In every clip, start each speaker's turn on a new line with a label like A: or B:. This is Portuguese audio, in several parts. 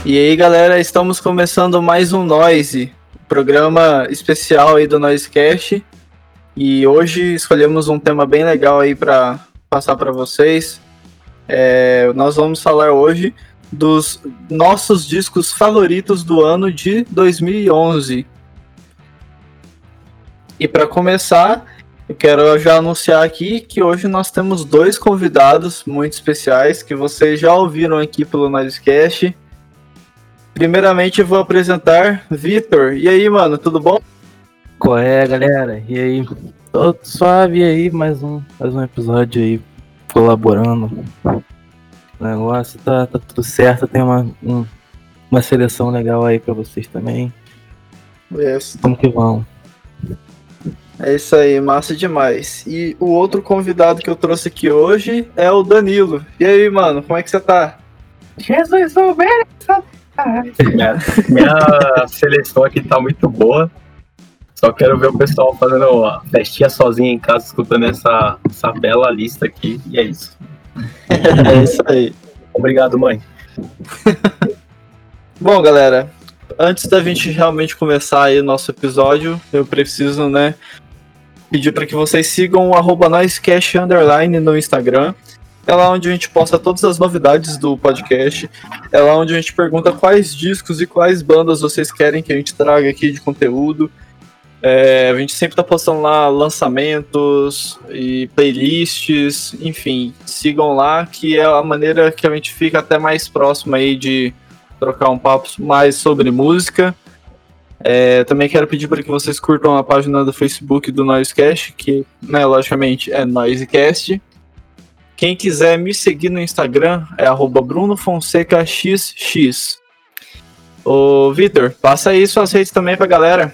A: E aí, galera, estamos começando mais um Noise, programa especial aí do Noisecast. E hoje escolhemos um tema bem legal aí para passar para vocês. Nós vamos falar hoje dos nossos discos favoritos do ano de 2011. E para começar, eu quero já anunciar aqui que hoje nós temos dois convidados muito especiais que vocês já ouviram aqui pelo Noisecast. Primeiramente eu vou apresentar Vitor. E aí, mano, tudo bom?
B: Qual é, galera? E aí? Tô suave aí, mais um episódio aí, colaborando. O negócio tá tudo certo, tem uma seleção legal aí pra vocês também. Vamos que vamos.
A: É isso aí, massa demais. E o outro convidado que eu trouxe aqui hoje é o Danilo. E aí, mano, como é que você tá?
C: Jesus, minha seleção aqui tá muito boa. Só quero ver o pessoal fazendo uma festinha sozinho em casa, escutando essa bela lista aqui. E é isso.
A: É isso aí.
C: Obrigado, mãe.
A: Bom, galera, antes da gente realmente começar aí o nosso episódio, eu preciso, pedir para que vocês sigam o @noisecast_ no Instagram. É lá onde a gente posta todas as novidades do podcast. É lá onde a gente pergunta quais discos e quais bandas vocês querem que a gente traga aqui de conteúdo. A gente sempre tá postando lá lançamentos e playlists, enfim, sigam lá, que é a maneira que a gente fica até mais próximo aí de trocar um papo mais sobre música. Também quero pedir para que vocês curtam a página do Facebook do Noisecast, que, logicamente, é Noisecast. Quem quiser me seguir no Instagram é @BrunoFonsecaXX. Ô, Vitor, passa aí suas redes também pra galera.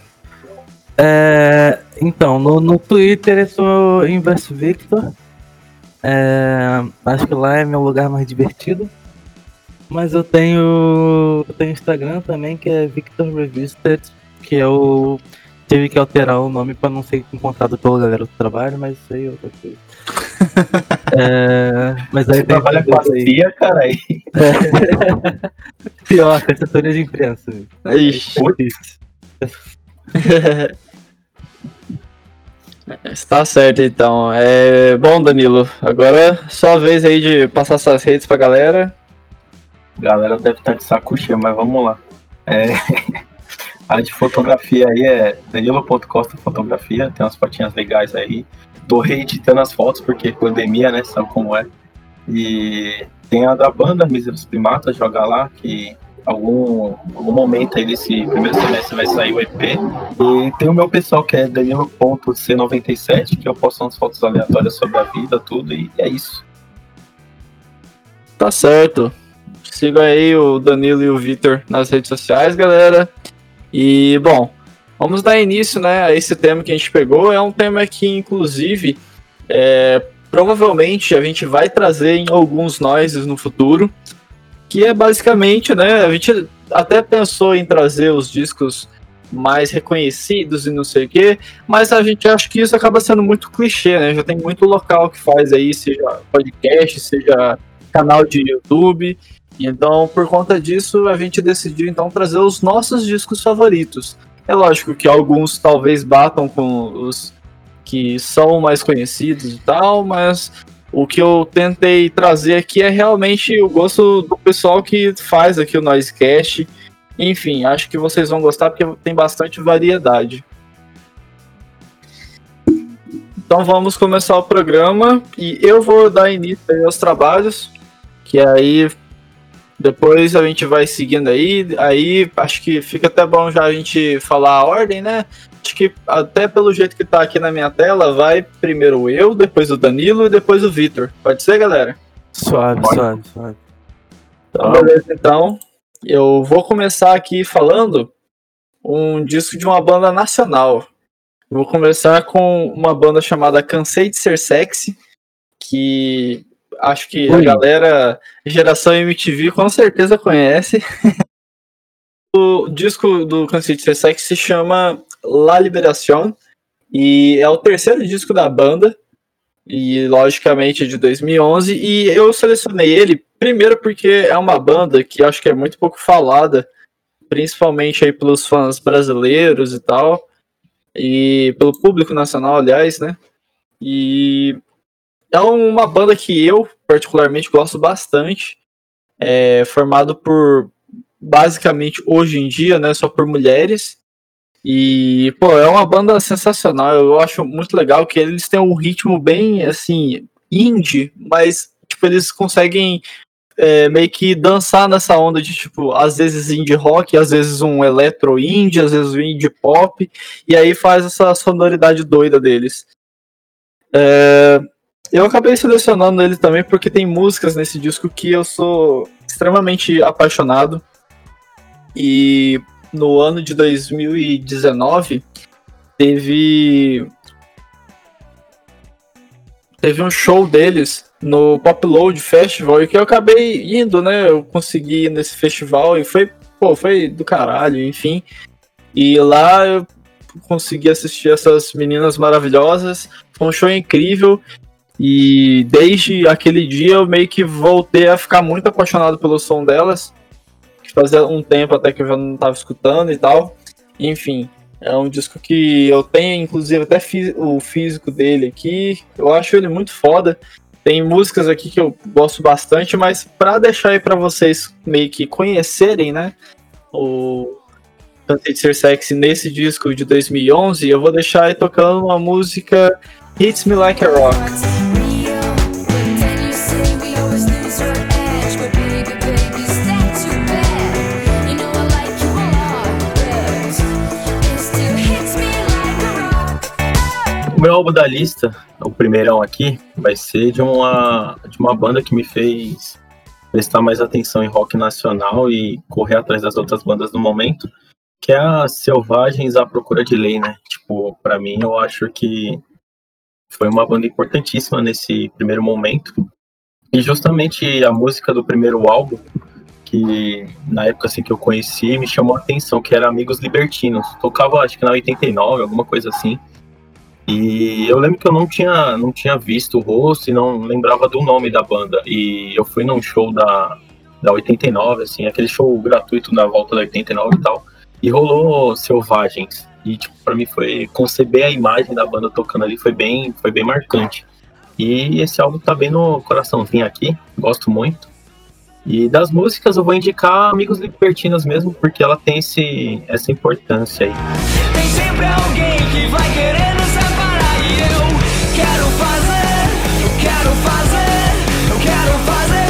B: Então, no Twitter eu sou Inverso Victor. Acho que lá é meu lugar mais divertido. Mas eu tenho Instagram também, que é Victor Revisited, que eu tive que alterar o nome pra não ser encontrado pela galera do trabalho, mas isso aí é outra coisa. Mas aí
C: você trabalha com a CIA, cara aí.
B: Pior, que assessoria de imprensa.
A: Ixi. Está certo, então. Bom, Danilo, agora só a vez aí de passar suas redes pra galera.
C: A galera deve estar de saco cheio, mas vamos lá. A de fotografia aí é Danilo.Costa Fotografia, tem umas fotinhas legais aí. Tô reeditando as fotos porque pandemia, né, sabe como é. E tem a da banda Míseros Primatas, joga lá, que algum momento aí desse primeiro semestre vai sair o EP. E tem o meu pessoal que é Danilo.C97, que eu posto umas fotos aleatórias sobre a vida, tudo, e é isso.
A: Tá certo. Sigam aí o Danilo e o Vitor nas redes sociais, galera. E, bom, vamos dar início, a esse tema que a gente pegou. É um tema que, inclusive, provavelmente a gente vai trazer em alguns noises no futuro, que é basicamente, a gente até pensou em trazer os discos mais reconhecidos e não sei o quê, mas a gente acha que isso acaba sendo muito clichê, Já tem muito local que faz aí, seja podcast, seja canal de YouTube. Então, por conta disso, a gente decidiu então trazer os nossos discos favoritos. É lógico que alguns talvez batam com os que são mais conhecidos e tal, mas o que eu tentei trazer aqui é realmente o gosto do pessoal que faz aqui o Noisecast. Enfim, acho que vocês vão gostar porque tem bastante variedade. Então vamos começar o programa e eu vou dar início aí aos trabalhos, que aí depois a gente vai seguindo aí acho que fica até bom já a gente falar a ordem, Acho que até pelo jeito que tá aqui na minha tela, vai primeiro eu, depois o Danilo e depois o Vitor. Pode ser, galera?
B: Suave.
A: Então, beleza, então. Eu vou começar aqui falando um disco de uma banda nacional. Eu vou começar com uma banda chamada Cansei de Ser Sexy, que acho que a galera geração MTV com certeza conhece. O disco do Cansei de Ser Sexy se chama La Liberación e é o terceiro disco da banda. e logicamente de 2011, e eu selecionei ele primeiro porque é uma banda que acho que é muito pouco falada, principalmente aí pelos fãs brasileiros e tal, e pelo público nacional, aliás, né? E é uma banda que eu particularmente gosto bastante, formado por basicamente hoje em dia, né, só por mulheres. E, pô, é uma banda sensacional. Eu acho muito legal que eles têm um ritmo bem, assim, indie, mas, tipo, eles conseguem meio que dançar nessa onda de, tipo, às vezes indie rock, às vezes um electro indie, às vezes um indie pop, e aí faz essa sonoridade doida deles. Eu acabei selecionando ele também porque tem músicas nesse disco que eu sou extremamente apaixonado. E no ano de 2019 teve um show deles no Pop Load Festival e que eu acabei indo, né? Eu consegui ir nesse festival e foi do caralho, enfim. E lá eu consegui assistir essas meninas maravilhosas. Foi um show incrível. E desde aquele dia eu meio que voltei a ficar muito apaixonado pelo som delas. Que fazia um tempo até que eu já não estava escutando e tal. Enfim, é um disco que eu tenho, inclusive, até o físico dele aqui. Eu acho ele muito foda. Tem músicas aqui que eu gosto bastante, mas para deixar aí para vocês meio que conhecerem, né, o Cansei de Ser Sexy nesse disco de 2011, eu vou deixar aí tocando uma música Hits Me Like a Rock.
C: O meu álbum da lista, o primeirão aqui, vai ser de uma banda que me fez prestar mais atenção em rock nacional e correr atrás das outras bandas do momento, que é a Selvagens à Procura de Lei, né? Tipo, pra mim, eu acho que foi uma banda importantíssima nesse primeiro momento. E justamente a música do primeiro álbum, que na época assim que eu conheci, me chamou a atenção, que era Amigos Libertinos. Tocava, acho que na 89, alguma coisa assim. E eu lembro que eu não tinha visto o rosto e não lembrava do nome da banda. E eu fui num show da 89, assim, aquele show gratuito na volta da 89 e tal. E rolou Selvagens. E, tipo, pra mim foi conceber a imagem da banda tocando ali, foi bem marcante. E esse álbum tá bem no coraçãozinho aqui, gosto muito. E das músicas eu vou indicar Amigos Libertinos mesmo, porque ela tem essa importância aí.
D: Tem sempre alguém que vai querer nos separar e eu quero fazer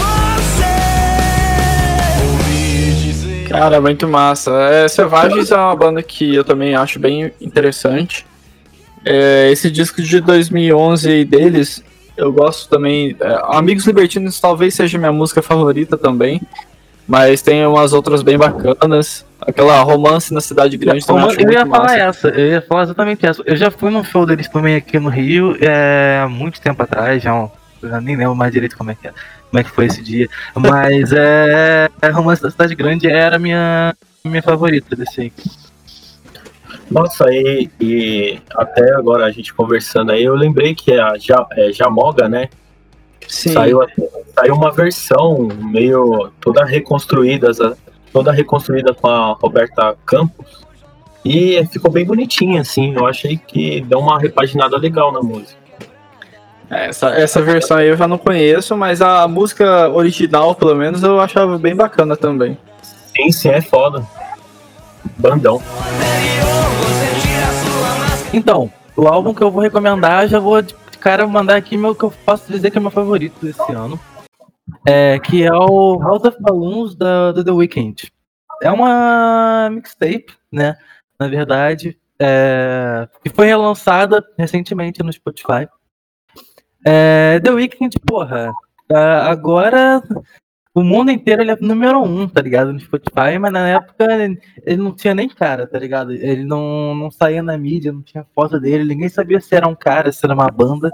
D: com você.
A: Cara, muito massa. Selvagens é uma banda que eu também acho bem interessante. Esse disco de 2011 deles, eu gosto também. Amigos Libertinos talvez seja minha música favorita também, mas tem umas outras bem bacanas. Aquela Romance na Cidade Grande também acho
B: Eu
A: muito
B: ia falar
A: massa.
B: eu ia falar exatamente essa. Eu já fui num show deles também aqui no Rio, há muito tempo atrás, eu já nem lembro mais direito como é que foi esse dia. Mas Romance da Cidade Grande era a minha favorita desse aí.
C: Nossa, e até agora a gente conversando aí, eu lembrei que a Jamoga, né?
A: Sim.
C: Saiu uma versão meio toda reconstruída com a Roberta Campos. E ficou bem bonitinha, assim. Eu achei que deu uma repaginada legal na música.
A: Essa versão aí eu já não conheço, mas a música original, pelo menos, eu achava bem bacana também.
C: Sim, é foda. Bandão.
B: Então, o álbum que eu vou recomendar, já vou de cara mandar aqui meu que eu posso dizer que é meu favorito desse ano. Que é o House of Balloons do The Weeknd. É uma mixtape, né? Na verdade, que foi relançada recentemente no Spotify. The Weeknd, porra, agora o mundo inteiro ele é número 1, tá ligado? No Spotify, mas na época ele não tinha nem cara, tá ligado? Ele não saía na mídia, não tinha foto dele, ninguém sabia se era um cara, se era uma banda.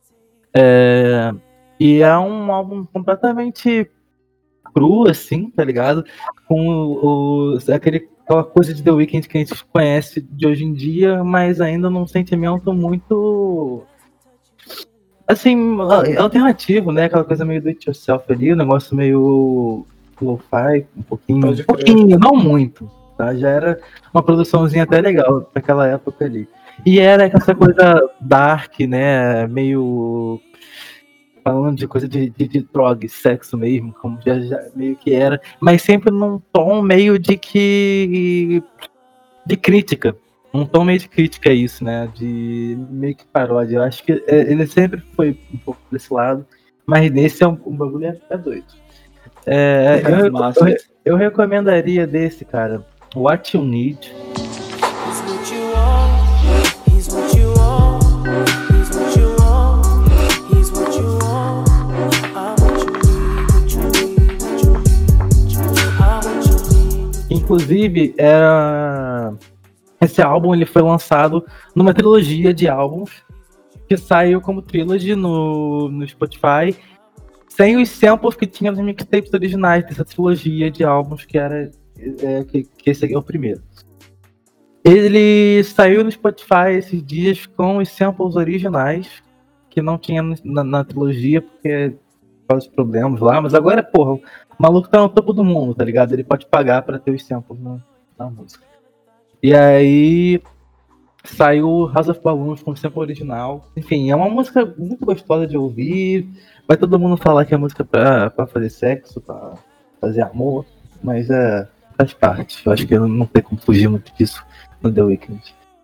B: E é um álbum completamente cru, assim, tá ligado? Com aquela coisa de The Weeknd que a gente conhece de hoje em dia, mas ainda num sentimento muito assim, alternativo, né? Aquela coisa meio do it yourself ali, um negócio meio lo-fi, um
A: Pode crer.
B: pouquinho, não muito, tá? Já era uma produçãozinha até legal pra aquela época ali. E era essa coisa dark, né? Meio falando de coisa de droga, sexo mesmo, como já meio que era, mas sempre num tom meio de crítica. Um tom meio de crítica é isso, né? De meio que paródia. Eu acho que ele sempre foi um pouco desse lado, mas nesse um bagulho é doido.
A: Massa.
B: Eu recomendaria desse, cara, What You Need.
D: He's what you want. He's what you want. He's what you want. He's what you want. I'm what you need. What you need. What you need. I'm what you need.
B: Inclusive, esse álbum ele foi lançado numa trilogia de álbuns que saiu como trilogy no Spotify, sem os samples que tinha nos mixtapes originais dessa trilogia de álbuns, que era que esse aqui é o primeiro. Ele saiu no Spotify esses dias com os samples originais, que não tinha na trilogia, porque por causa dos problemas lá, mas agora, porra, o maluco tá no topo do mundo, tá ligado? Ele pode pagar pra ter os samples na música. E aí saiu House of Balloons com o sample original. Enfim, é uma música muito gostosa de ouvir. Vai todo mundo falar que é música pra fazer sexo, pra fazer amor, mas faz parte. Eu acho que não tem como fugir muito disso no The Weeknd.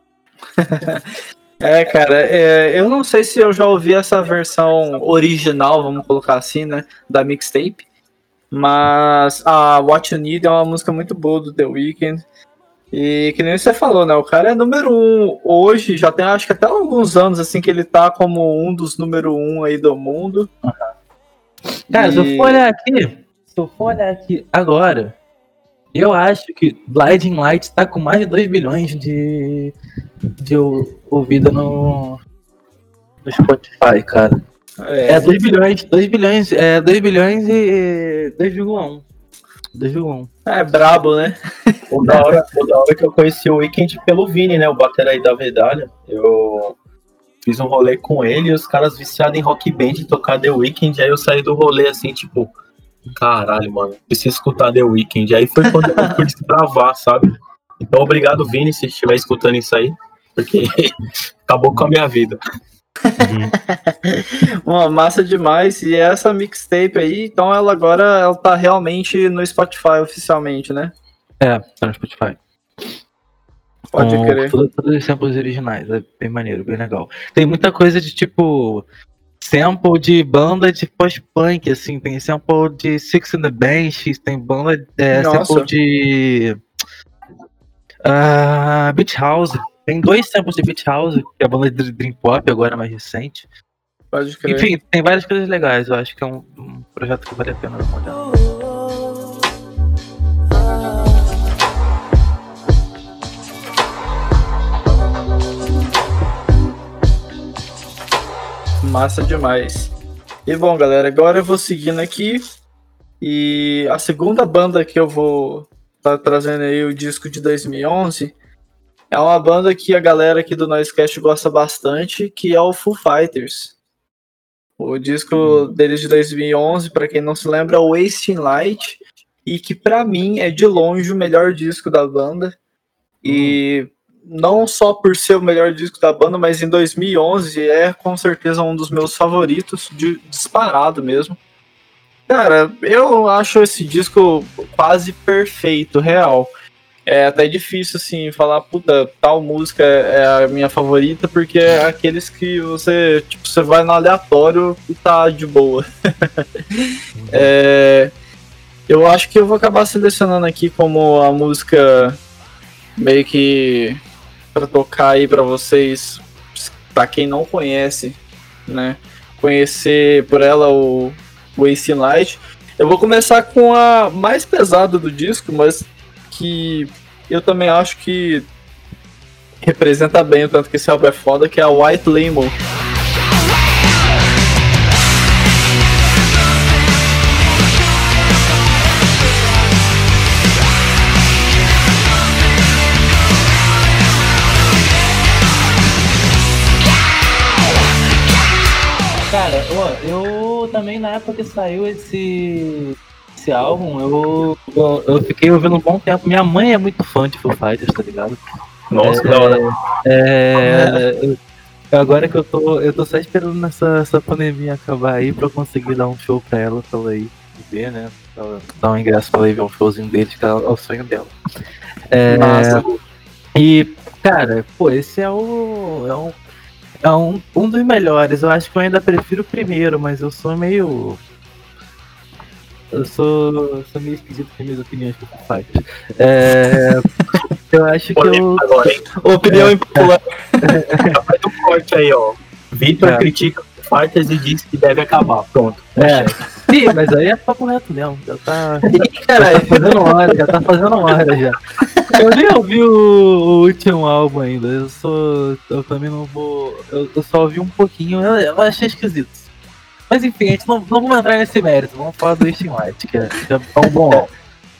A: Cara, eu não sei se eu já ouvi essa versão original, vamos colocar assim, né, da mixtape, mas a What You Need é uma música muito boa do The Weeknd, e que nem você falou, né, o cara é número 1 hoje, já tem acho que até alguns anos, assim, que ele tá como um dos número 1 aí do mundo.
B: Cara, se eu for olhar aqui agora, eu acho que Blinding Lights tá com mais de 2 bilhões de ouvida no Spotify, cara. 2 bilhões e 2,1. 2,1.
A: É brabo, né?
C: O da hora que eu conheci o Weeknd pelo Vini, né? O batera aí da Vedalha. Eu fiz um rolê com ele e os caras viciados em rock band e tocar The Weeknd. Aí eu saí do rolê assim, tipo, caralho, mano, preciso escutar The Weeknd. Aí foi quando eu fui desbravar, sabe? Então, obrigado, Vini, se estiver escutando isso aí, porque acabou com a minha vida.
A: Uma massa demais. E essa mixtape aí, então ela tá realmente no Spotify oficialmente, né?
B: Tá no Spotify.
A: Pode crer.
B: Todos os samples originais, é bem maneiro, bem legal. Tem muita coisa de tipo sample de banda de post-punk, assim, tem sample de Six and the Bench, tem banda sample de Beach House. Tem 2 samples de Beach House, que é a banda de Dream Pop, agora mais recente.
A: Pode crer.
B: Enfim, tem várias coisas legais, eu acho que é um projeto que vale a pena dar uma olhada.
A: Massa demais. E bom, galera, agora eu vou seguindo aqui. E a segunda banda que eu vou tá trazendo aí o disco de 2011 é uma banda que a galera aqui do Noisecast gosta bastante, que é o Foo Fighters. O disco deles de 2011, para quem não se lembra, é o Wasting Light, e que pra mim é de longe o melhor disco da banda. E não só por ser o melhor disco da banda, mas em 2011 é com certeza um dos meus favoritos, disparado mesmo. Cara, eu acho esse disco quase perfeito, real. É até difícil, assim, falar, puta, tal música é a minha favorita, porque é aqueles que você vai no aleatório e tá de boa. Eu acho que eu vou acabar selecionando aqui como a música meio que pra tocar aí pra vocês, pra quem não conhece, né, conhecer por ela o Wasting Light. Eu vou começar com a mais pesada do disco, mas que eu também acho que representa bem o tanto que esse álbum é foda, que é a White Limo.
B: Cara, ó, eu também na época que saiu esse álbum, eu fiquei ouvindo um bom tempo. Minha mãe é muito fã de Foo Fighters, tá ligado?
C: Nossa, que da hora.
B: Agora que eu tô só esperando essa pandemia acabar aí pra eu conseguir dar um show pra ela ir ver, né? Pra ela dar um ingresso pra ela ir ver um showzinho dele, que é o sonho dela.
A: Massa.
B: E, cara, pô, esse é um dos melhores. Eu acho que eu ainda prefiro o primeiro, mas eu sou meio. Eu sou meio esquisito com as minhas opiniões que Foo Fighters. Eu acho que eu.
C: Polêmica agora, hein?
A: Opinião impopular.
C: Faz um corte aí, ó. Vitor
B: É.
C: critica o Fighters e diz que deve acabar. Pronto.
B: Sim, mas aí é papo reto mesmo. Já tá
A: Caralho.
B: fazendo hora já. Eu nem ouvi o último álbum ainda. Eu também não vou. Eu só ouvi um pouquinho, eu achei esquisito. Mas enfim, a gente não vamos entrar nesse mérito, vamos falar do Wasting Light, que é um bom álbum.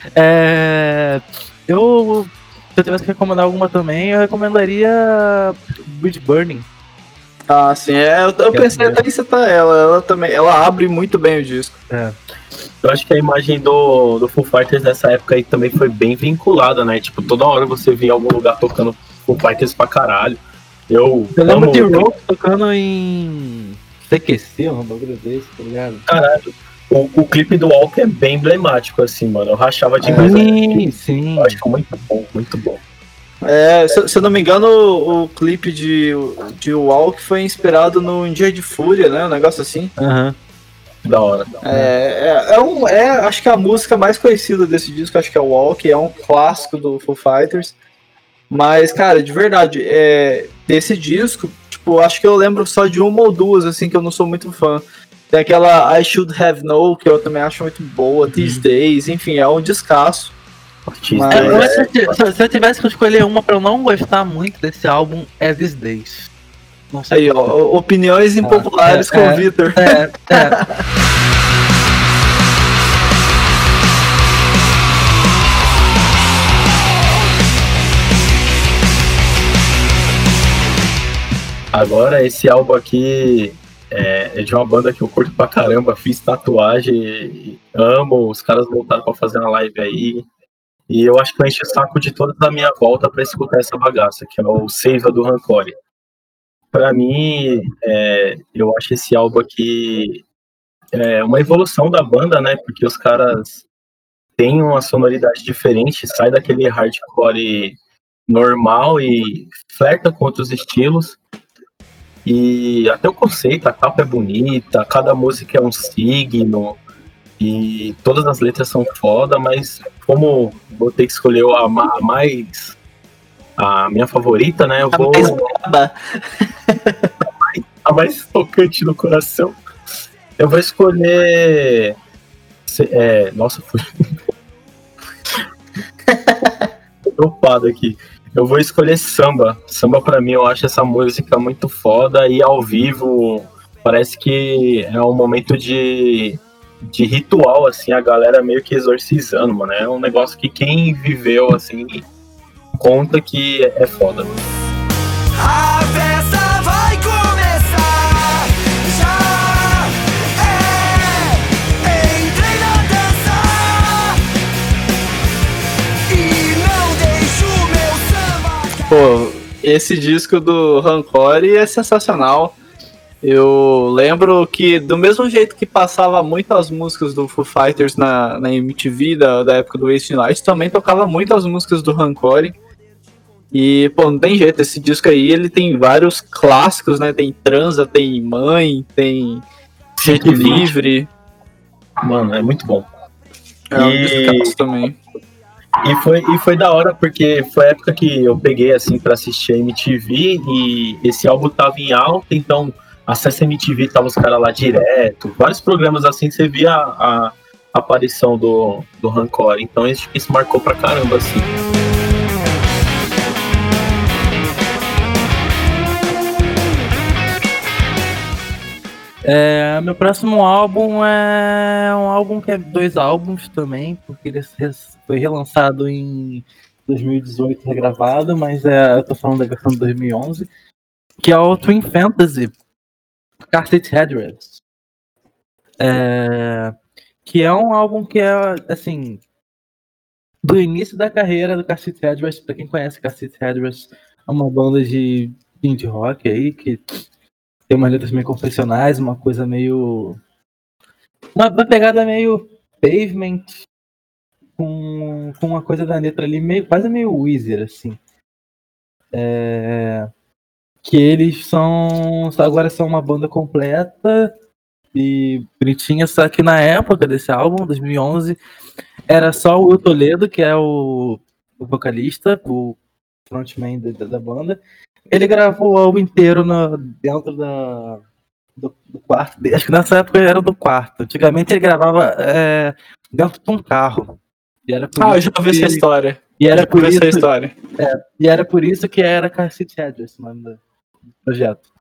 B: Se eu tivesse que recomendar alguma também, eu recomendaria Bridge Burning.
A: Ah, sim, eu pensei até em citar ela também, ela abre muito bem o disco.
C: Eu acho que a imagem do Foo Fighters nessa época aí também foi bem vinculada, né? Tipo, toda hora você via em algum lugar tocando Foo Fighters pra caralho. Eu
B: lembro de Rock tocando em CQC, um bagulho desse, tá ligado?
C: Caralho. O clipe do Walk é bem emblemático, assim, mano. Eu rachava demais.
B: Sim.
C: Eu acho que é muito bom, muito bom.
A: Se eu não me engano, o clipe de Walk foi inspirado no Um Dia de Fúria, né? Um negócio assim.
B: Aham.
C: Da hora.
A: Acho que a música mais conhecida desse disco, acho que é o Walk, é um clássico do Foo Fighters. Mas, cara, de verdade, desse disco, tipo, acho que eu lembro só de uma ou duas, assim, que eu não sou muito fã. Tem aquela I Should Have Known, que eu também acho muito boa, These Days, enfim, é um descasso. Mas-
B: Se eu tivesse que escolher uma pra eu não gostar muito desse álbum, é These Days. Não sei.
A: Aí, ó, opiniões impopulares com o Vitor.
C: Agora, esse álbum aqui é de uma banda que eu curto pra caramba. Fiz tatuagem, amo. Os caras voltaram pra fazer uma live aí. E eu acho que eu enchi o saco de toda a minha volta pra escutar essa bagaça, que é o Seiva do Rancore. Pra mim, eu acho esse álbum aqui uma evolução da banda, né? Porque os caras têm uma sonoridade diferente, sai daquele hardcore normal e flerta com outros estilos. E até o conceito, a capa é bonita, cada música é um signo, e todas as letras são foda, mas como vou ter que escolher a minha favorita, né? Eu vou. A mais tocante no coração. Eu vou escolher. Nossa, fui. Tô dropado aqui. Eu vou escolher Samba. Samba, pra mim, eu acho essa música muito foda e ao vivo parece que é um momento de ritual, assim, a galera meio que exorcizando, mano. É um negócio que quem viveu, assim, conta que é foda.
D: A festa vai começar. Já entrei na dança e não deixo meu samba.
A: Pô, esse disco do Rancore é sensacional. Eu lembro que do mesmo jeito que passava muito as músicas do Foo Fighters na MTV da época do Wasting Light, também tocava muito as músicas do Rancore. E, pô, não tem jeito, esse disco aí, ele tem vários clássicos, né? Tem Transa, tem Mãe, tem Jeito Livre.
C: Mano, é muito bom.
A: É um discaço também.
C: E foi da hora, porque foi a época que eu peguei, assim, pra assistir a MTV e esse álbum tava em alta, então Acesso MTV, tava os caras lá direto, vários programas assim, você via a aparição do Rancore, então isso marcou pra caramba, assim.
B: Meu próximo álbum é um álbum que é 2 álbuns também, porque ele foi relançado em 2018, regravado, mas eu tô falando da versão de 2011, que é o Twin Fantasy. Car Seat Headrest. Que é um álbum que é, assim, do início da carreira do Car Seat Headrest. Pra quem conhece Car Seat Headrest, é uma banda de indie rock aí, que tem umas letras meio confessionais, uma coisa meio... Uma pegada meio Pavement, com uma coisa da letra ali, quase meio Weezer, assim. Que eles agora são uma banda completa e bonitinha, só que na época desse álbum, 2011, era só o Will Toledo, que é o vocalista, o frontman da banda. Ele gravou o álbum inteiro dentro do quarto. Acho que nessa época era do quarto. Antigamente ele gravava dentro de um carro. E era por
A: Eu
B: isso
A: já ouvi essa história.
B: E era
A: Já
B: por
A: ouvi
B: isso,
A: essa história.
B: e era por isso que era Car Seat Headrest, o nome do projeto.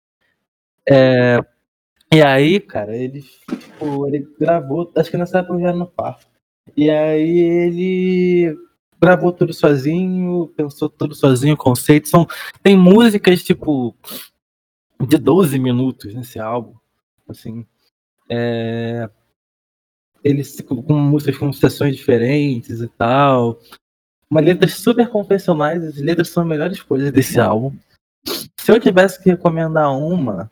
B: E aí, cara, ele gravou, acho que nessa época já era no quarto. E aí ele gravou tudo sozinho, pensou tudo sozinho, conceitos. Tem músicas, tipo, de 12 minutos nesse álbum. Assim, eles com músicas com sessões diferentes e tal. Uma letras super confessionais, as letras são as melhores coisas desse álbum. Se eu tivesse que recomendar uma,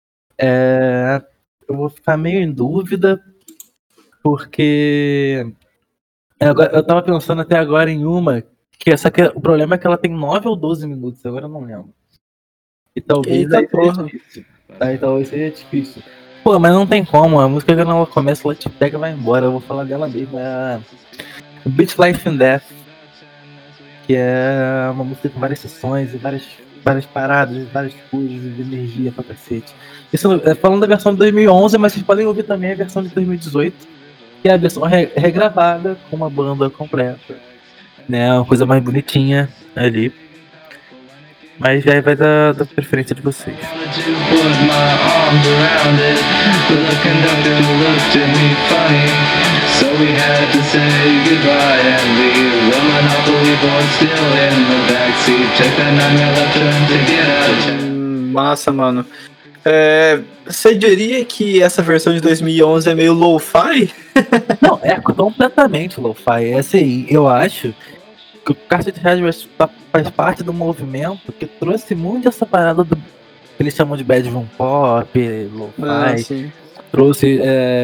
B: eu vou ficar meio em dúvida, porque eu tava pensando até agora em uma, o problema é que ela tem 9 ou 12 minutos, agora eu não lembro. E talvez
A: Eita
B: aí seja
A: porra.
B: difícil. Aí talvez seja difícil. Pô, mas não tem como, a música quando ela começa, ela te pega e vai embora. Eu vou falar dela mesmo, é a Beat Life and Death, que é uma música com várias sessões e várias paradas, várias coisas de energia pra cacete. Isso falando da versão de 2011, mas vocês podem ouvir também a versão de 2018, que é a versão regravada com uma banda completa, né? Uma coisa mais bonitinha ali. Mas aí vai da preferência de vocês.
E: To put my arms around it, but the conductor looked at me funny. So we had to say goodbye and leave. The Monopoly board still in the backseat. Check that 9 left turn to get out of town.
A: Massa, mano. Você diria que essa versão de 2011 é meio lo-fi?
B: Não, é completamente lo-fi. É assim, eu acho que o Car Seat Headrest faz parte do movimento que trouxe muito essa parada do que eles chamam de bedroom pop, lo-fi.
A: Sim.
B: Trouxe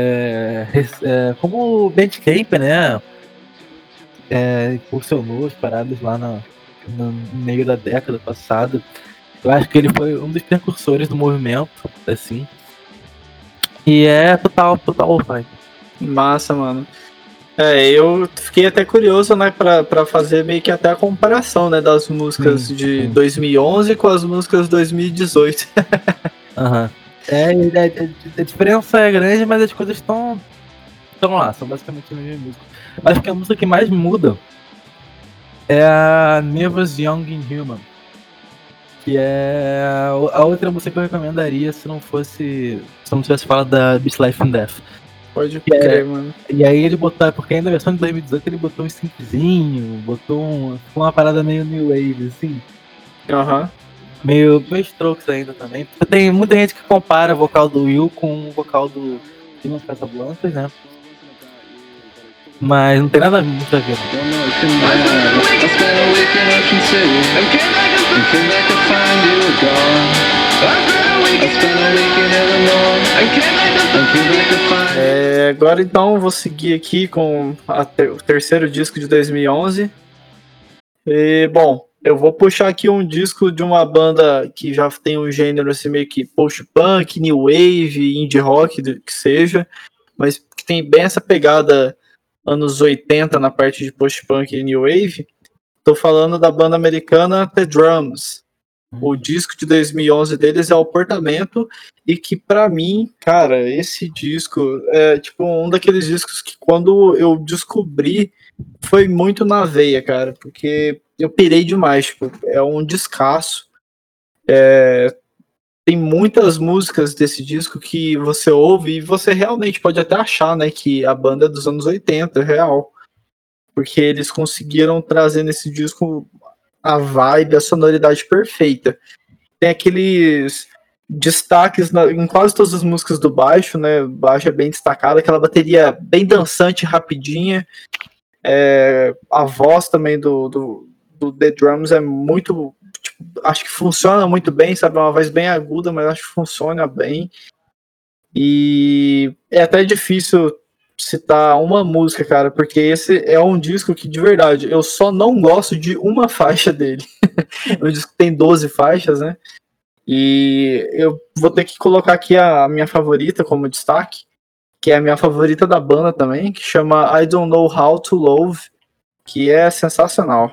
B: como o Bandcamp, né? Impulsionou as paradas lá no meio da década passada. Eu acho que ele foi um dos precursores do movimento, assim. E é total lo-fi.
A: Massa, mano. Eu fiquei até curioso, né, pra fazer meio que até a comparação, né, das músicas de 2011 com as músicas de 2018.
B: Aham. A diferença é grande, mas as coisas estão lá, são basicamente a mesma música. Acho que a música que mais muda é a Nervous Young and Human, que é a outra música que eu recomendaria se não tivesse falado da Beat Life and Death.
A: Pode crer, mano.
B: E aí ele botou, porque ainda na versão de 2018 ele botou um synthzinho, botou uma parada meio new wave, assim.
A: Aham.
B: Meio Strokes ainda também. Porque tem muita gente que compara o vocal do Will com o vocal do Simon Casablancas, né? Mas não tem nada muito a ver.
E: Don't know, it's been bad. I spent a week in Ocean City and came back to find you were gone. I spent a week in Illinois and came back to find.
A: Agora então eu vou seguir aqui com o terceiro disco de 2011. Bom, eu vou puxar aqui um disco de uma banda que já tem um gênero assim meio que post-punk, new wave, indie rock, que seja, mas que tem bem essa pegada anos 80 na parte de post-punk e new wave. Tô falando da banda americana The Drums. O disco de 2011 deles é o Portamento, e que pra mim, cara, esse disco é tipo um daqueles discos que quando eu descobri foi muito na veia, cara, porque eu pirei demais, tipo, é um descasso. Tem muitas músicas desse disco que você ouve e você realmente pode até achar, né, que a banda é dos anos 80, é real. Porque eles conseguiram trazer nesse disco a vibe, a sonoridade perfeita. Tem destaques em quase todas as músicas do baixo, né? O baixo é bem destacado, aquela bateria bem dançante, rapidinha. A voz também do The Drums é muito. Tipo, acho que funciona muito bem, sabe? É uma voz bem aguda, mas acho que funciona bem. E é até difícil citar uma música, cara, porque esse é um disco que, de verdade, eu só não gosto de uma faixa dele. O disco tem 12 faixas, né? E eu vou ter que colocar aqui a minha favorita como destaque, que é a minha favorita da banda também, que chama I Don't Know How to Love, que é sensacional.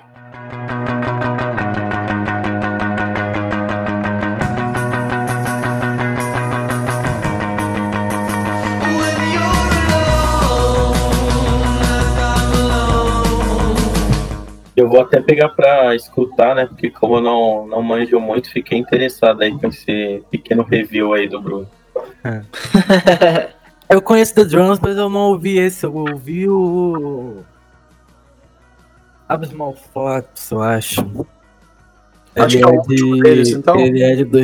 C: Eu vou até pegar pra escutar, né? Porque como eu não manjo muito, fiquei interessado aí com esse pequeno review aí do Bruno.
B: Eu conheço The Drums, mas eu não ouvi esse. Eu ouvi o Abysmal Thoughts, eu acho.
A: Acho que é o último deles, então.
B: Ele é de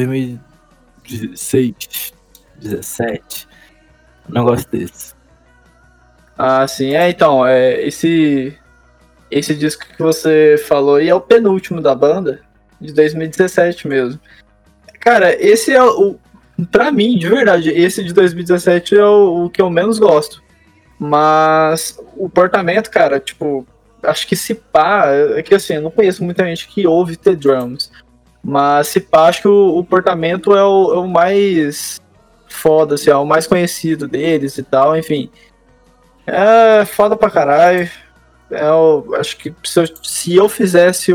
B: 2016, 17. Um negócio desse.
A: Ah, sim. Então, esse disco que você falou aí é o penúltimo da banda, de 2017 mesmo. Cara, esse é pra mim, de verdade, esse de 2017 é o que eu menos gosto. Mas o Portamento, cara, tipo, acho que se pá, é que assim, eu não conheço muita gente que ouve The Drums. Mas se pá, acho que o Portamento é o mais foda, assim, é o mais conhecido deles e tal, enfim. É foda pra caralho. Acho que se eu fizesse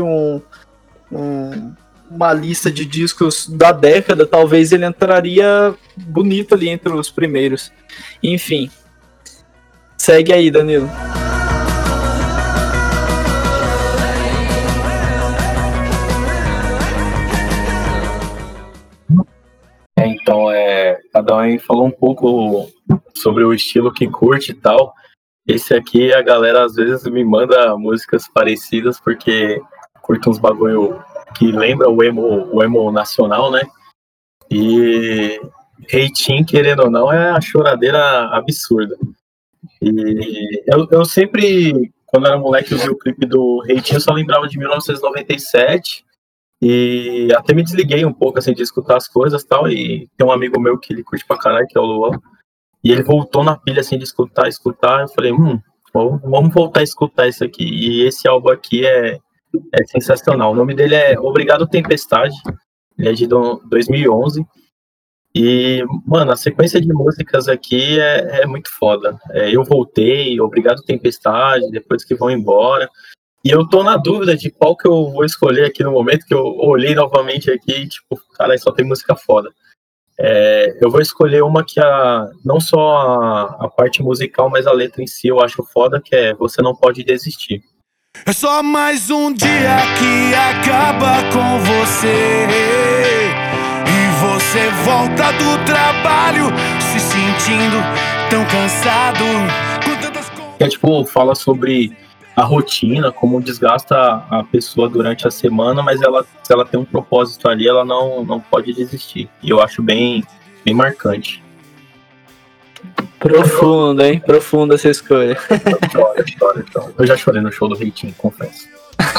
A: uma lista de discos da década, talvez ele entraria bonito ali entre os primeiros. Enfim. Segue aí, Danilo.
C: Então, cada um aí falou um pouco sobre o estilo que curte e tal. Esse aqui, a galera às vezes me manda músicas parecidas, porque curte uns bagulho que lembra o emo nacional, né? E Reitinho, querendo ou não, é a choradeira absurda. E eu sempre, quando era moleque, eu vi o clipe do Reitinho, só lembrava de 1997. E até me desliguei um pouco, assim, de escutar as coisas e tal. E tem um amigo meu que ele curte pra caralho, que é o Luan. E ele voltou na pilha, assim, de escutar. Eu falei, vamos voltar a escutar isso aqui. E esse álbum aqui é sensacional. O nome dele é Obrigado Tempestade. Ele é de 2011. E, mano, a sequência de músicas aqui é muito foda. Eu Voltei, Obrigado Tempestade, Depois que Vão Embora. E eu tô na dúvida de qual que eu vou escolher aqui no momento, que eu olhei novamente aqui e, tipo, cara, só tem música foda. Eu vou escolher uma que não só a parte musical, mas a letra em si eu acho foda, que é Você Não Pode Desistir.
F: É só mais um dia que acaba com você. E você volta do trabalho se sentindo tão cansado com tantas coisas.
C: Tipo, fala sobre a rotina, como desgasta a pessoa durante a semana, mas se ela tem um propósito ali, ela não pode desistir. E eu acho bem marcante.
A: Profundo, hein? Profunda essa escolha.
C: Chora, então. Eu já chorei no show do Reitinho, confesso.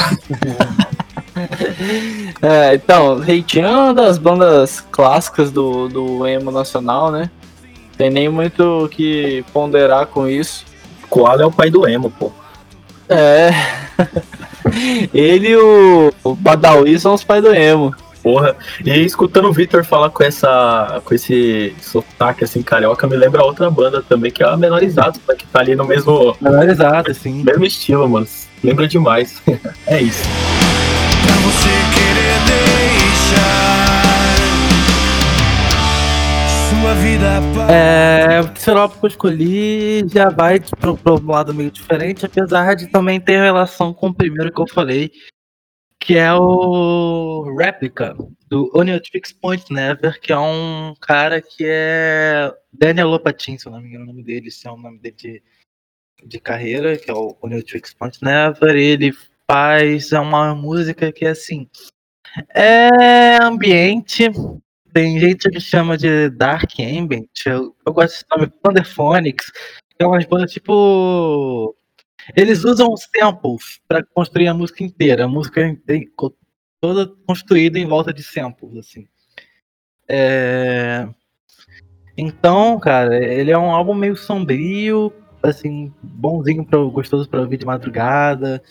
A: Então, Reitinho é uma das bandas clássicas do emo nacional, né? Tem nem muito o que ponderar com isso.
C: Koala é o pai do emo, pô.
A: Ele e o Badawi são os pais do emo.
C: Porra, e escutando o Victor falar com esse sotaque assim carioca, me lembra outra banda também, que é a Menorizados, que tá ali no mesmo
B: Valorizado, assim.
C: mesmo estilo, mano. Lembra demais. É isso.
F: Pra você querer deixar sua vida
B: O xerópico que eu escolhi já vai pro um lado meio diferente, apesar de também ter relação com o primeiro que eu falei, que é o Replica, do Only Tricks Point Never, que é um cara que é Daniel Lopatin, se eu não me engano o nome dele, esse é o nome dele de carreira, que é o Only Tricks Point Never. Ele faz uma música que, assim, é ambiente, tem gente que chama de Dark Ambient. Eu gosto desse nome, Thunderphonics. É umas bandas tipo. Eles usam os samples pra construir a música inteira. A música toda construída em volta de samples, assim. Então, cara, ele é um álbum meio sombrio, assim, bonzinho, gostoso pra ouvir de madrugada.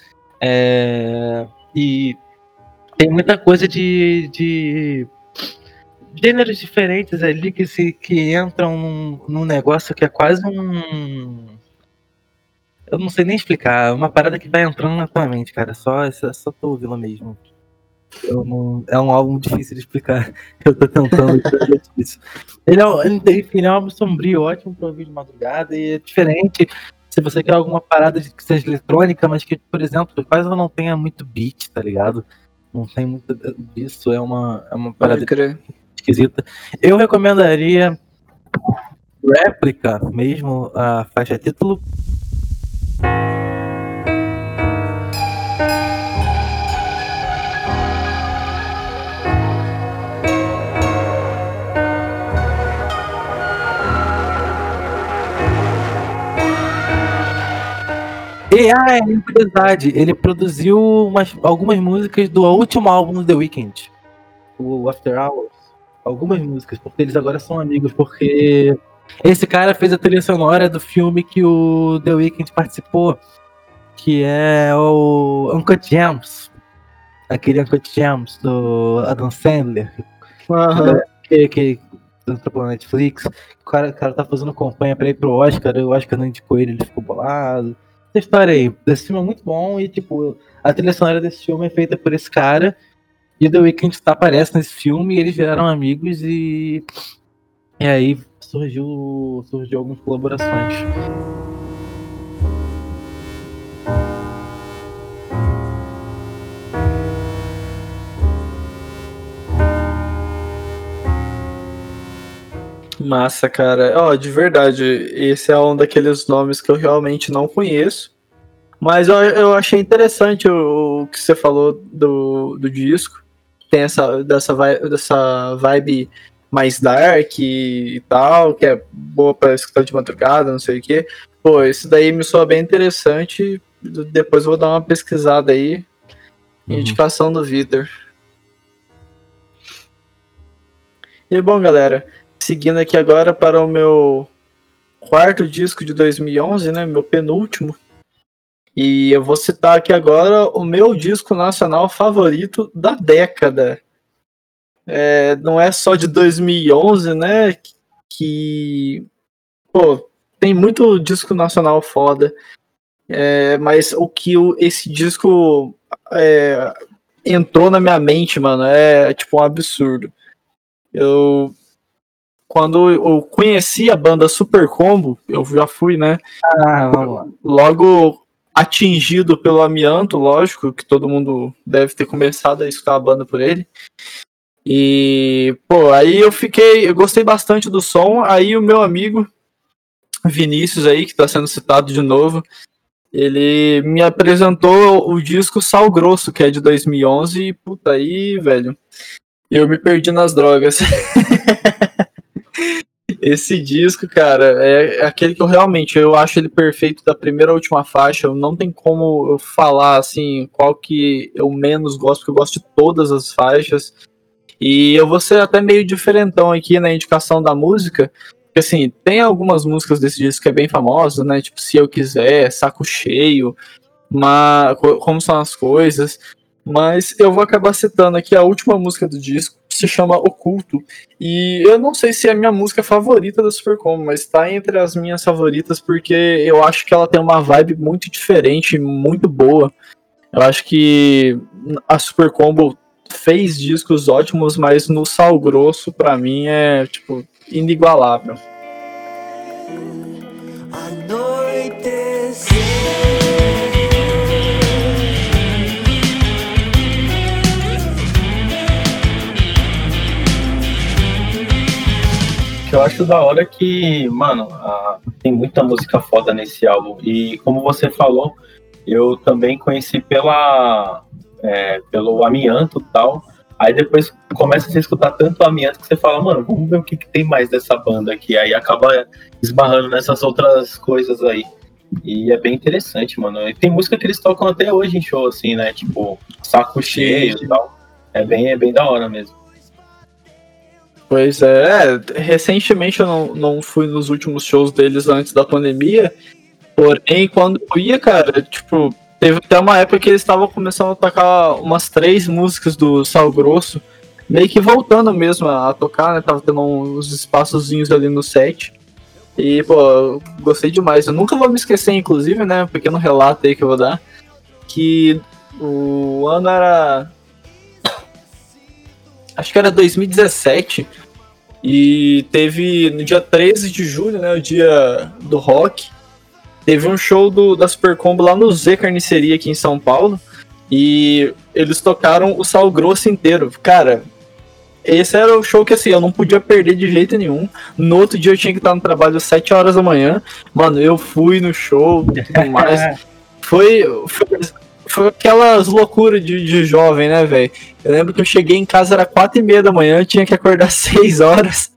B: E tem muita coisa de gêneros diferentes ali que entram num negócio que é quase um. Eu não sei nem explicar, é uma parada que vai entrando na tua mente, cara. Só tô ouvindo mesmo. É um álbum difícil de explicar. Eu tô tentando entender isso. Ele é um álbum sombrio, ótimo pra ouvir de madrugada e é diferente. Se você quer alguma parada que seja eletrônica, mas que, por exemplo, quase não tenha muito beat, tá ligado? Não tem muito disso, é uma parada esquisita. Eu recomendaria Réplica, mesmo a faixa título. É verdade, ele produziu algumas músicas do último álbum do The Weeknd, o After Hours. Algumas músicas, porque eles agora são amigos, porque esse cara fez a trilha sonora do filme que o The Weeknd participou, que é o Uncut Gems, aquele Uncut Gems do Adam Sandler, que entrou pela Netflix. O cara tá fazendo campanha pra ir pro Oscar, o Oscar não indicou ele ficou bolado. Essa história aí, esse filme é muito bom e, tipo, a trilha sonora desse filme é feita por esse cara e o The Weeknd aparece nesse filme e eles viraram amigos e aí surgiu algumas colaborações.
A: Massa, cara. Ó, de verdade, esse é um daqueles nomes que eu realmente não conheço. Mas eu achei interessante o que você falou do disco. Tem dessa vibe mais dark e tal, que é boa pra escutar de madrugada, não sei o quê. Pô, isso daí me soa bem interessante. Depois eu vou dar uma pesquisada aí. Indicação do Vitor. E bom, galera, seguindo aqui agora para o meu quarto disco de 2011, né, meu penúltimo. E eu vou citar aqui agora o meu disco nacional favorito da década. Não é só de 2011, né, que pô, tem muito disco nacional foda. Mas o que esse disco entrou na minha mente, mano, é tipo um absurdo. Quando eu conheci a banda Super Combo, eu já fui, né?
B: Vamos lá.
A: Logo atingido pelo Amianto, lógico, que todo mundo deve ter começado a escutar a banda por ele. E, pô, aí eu gostei bastante do som. Aí o meu amigo Vinícius aí, que tá sendo citado de novo, ele me apresentou o disco Sal Grosso, que é de 2011, e puta aí, velho, eu me perdi nas drogas. Esse disco, cara, é aquele que eu acho ele perfeito da primeira à última faixa. Não tem como eu falar, assim, qual que eu menos gosto, porque eu gosto de todas as faixas. E eu vou ser até meio diferentão aqui na indicação da música, porque, assim, tem algumas músicas desse disco que é bem famosa, né, tipo Se Eu Quiser, Saco Cheio, Como São as Coisas, mas eu vou acabar citando aqui a última música do disco, se chama Oculto, e eu não sei se é a minha música favorita da Super Combo, mas tá entre as minhas favoritas porque eu acho que ela tem uma vibe muito diferente, muito boa. Eu acho que a Super Combo fez discos ótimos, mas no Sal Grosso, pra mim, é, tipo, inigualável.
C: Que eu acho da hora que, mano, tem muita música foda nesse álbum. E como você falou, eu também conheci pelo Amianto e tal. Aí depois começa a se escutar tanto amianto que você fala, mano, vamos ver o que tem mais dessa banda aqui. Aí acaba esbarrando nessas outras coisas aí. E é bem interessante, mano. E tem música que eles tocam até hoje em show, assim, né? Tipo, Saco Cheio e tal. É bem da hora mesmo.
A: Pois é, recentemente eu não fui nos últimos shows deles antes da pandemia, porém quando eu ia, cara, tipo, teve até uma época que eles estavam começando a tocar umas 3 músicas do Sal Grosso, meio que voltando mesmo a tocar, né, tava tendo uns espaçozinhos ali no set, e, pô, eu gostei demais. Eu nunca vou me esquecer, inclusive, né, um pequeno relato aí que eu vou dar, que o ano era... acho que era 2017, e teve no dia 13 de julho, né, o dia do rock, teve um show da Super Combo lá no Z Carniceria aqui em São Paulo, e eles tocaram o Sal Grosso inteiro. Cara, esse era o show que assim, eu não podia perder de jeito nenhum. No outro dia eu tinha que estar no trabalho às 7 horas da manhã. Mano, eu fui no show e tudo mais. Foi aquelas loucuras de jovem, né, velho? Eu lembro que eu cheguei em casa, era 4h30 da manhã, eu tinha que acordar 6 horas.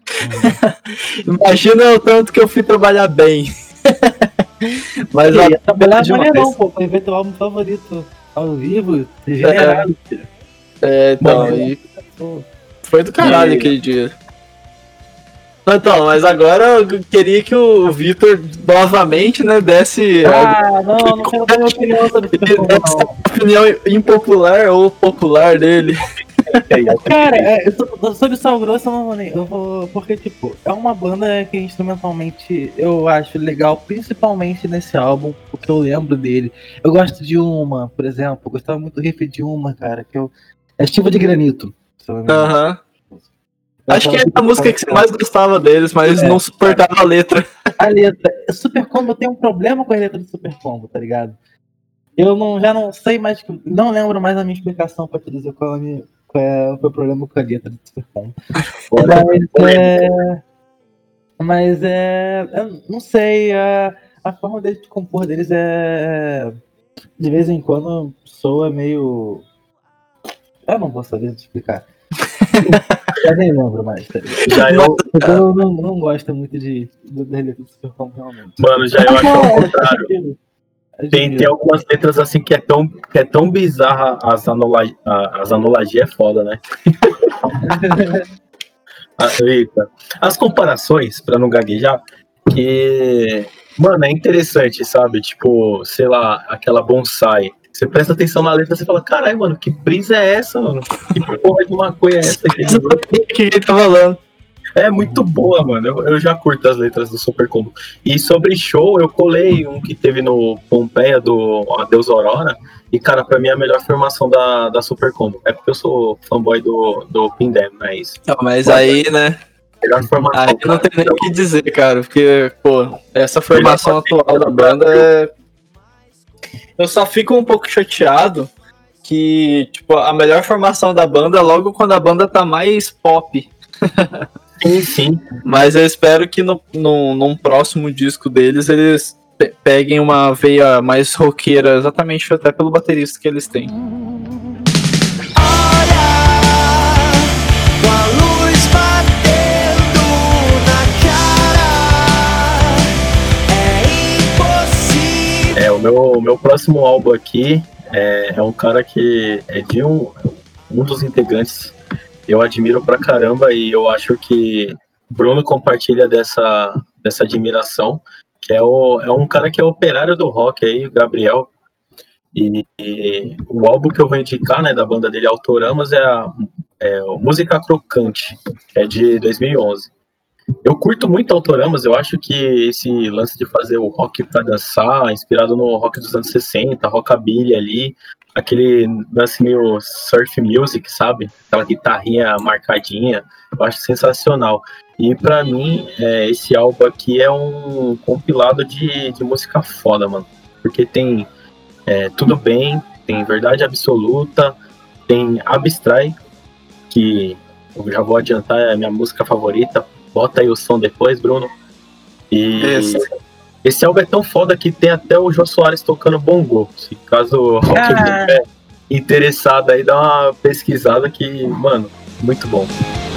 A: Imagina o tanto que eu fui trabalhar bem. Mas
B: Eu
A: lá,
B: ia trabalhar
A: demais.
B: maneirão, pô, pra ver teu álbum favorito ao vivo, regenerado.
A: Então,
C: Mano,
A: e foi do caralho aquele dia. Então, mas agora eu queria que o Vitor novamente, né, desse
B: Não quero dar minha opinião sobre Super Combo, não.
A: a opinião impopular ou popular dele.
B: Cara, sobre o Sal Grosso eu não vou nem. Eu vou. Porque, tipo, é uma banda que instrumentalmente eu acho legal, principalmente nesse álbum, porque eu lembro dele. Eu gosto de uma, por exemplo, eu gostava muito do riff de uma, cara, que eu. É Chuva de Granito. se eu não me engano.
A: Aham. Acho que é a música que você mais gostava deles, mas não suportava a letra.
B: A letra. Super Combo, eu tenho um problema com a letra do Super Combo, tá ligado? Já não sei mais, não lembro mais a minha explicação pra te dizer qual foi o problema com a letra do Super Combo. Mas eu não sei, a forma deles de compor deles de vez em quando soa meio. Eu não vou saber explicar. Já nem lembro mais, tá ligado? Eu não gosto muito da letra do Super Combo, realmente.
C: Mano, já eu acho ao contrário. Tem algumas letras assim que é tão bizarra, as analogias é foda, né? Eita. As comparações, pra não gaguejar, que, mano, é interessante, sabe? Tipo, sei lá, aquela bonsai. Você presta atenção na letra e você fala, caralho, mano, que brisa é essa, mano? Que porra de maconha é essa aqui?
A: que ele tá falando.
C: É muito boa, mano. Eu já curto as letras do Super Combo. E sobre show, eu colei um que teve no Pompeia do Adeus Aurora. E, cara, pra mim é a melhor formação da Super Combo. É porque eu sou fanboy do Pindem, não é isso?
A: Não, mas aí, né?
C: Melhor formação.
A: Aí não tem nem o que dizer, cara. Porque, pô, essa formação atual da banda é. Eu só fico um pouco chateado que, tipo, a melhor formação da banda é logo quando a banda tá mais pop.
C: Sim.
A: Mas eu espero que num próximo disco deles eles peguem uma veia mais roqueira, exatamente até pelo baterista que eles têm.
D: Com a luz batendo na cara, é impossível.
C: O meu próximo álbum aqui é um cara que é de um dos integrantes. Eu admiro pra caramba e eu acho que Bruno compartilha dessa admiração, que é um cara que é operário do rock aí, o Gabriel. E o álbum que eu vou indicar, né, da banda dele, Autoramas, é o Música Crocante, que é de 2011. Eu curto muito Autoramas, eu acho que esse lance de fazer o rock pra dançar, inspirado no rock dos anos 60, rockabilly ali, aquele lance meio surf music, sabe? Aquela guitarrinha marcadinha, eu acho sensacional. E pra mim, esse álbum aqui é um compilado de música foda, mano. Porque tem Tudo Bem, tem Verdade Absoluta, tem Abstrai, que eu já vou adiantar, é a minha música favorita. Bota aí o som depois, Bruno. E esse álbum é tão foda que tem até o Jô Soares tocando bongo. Se caso alguém tiver, interessado aí, dá uma pesquisada que, mano, muito bom.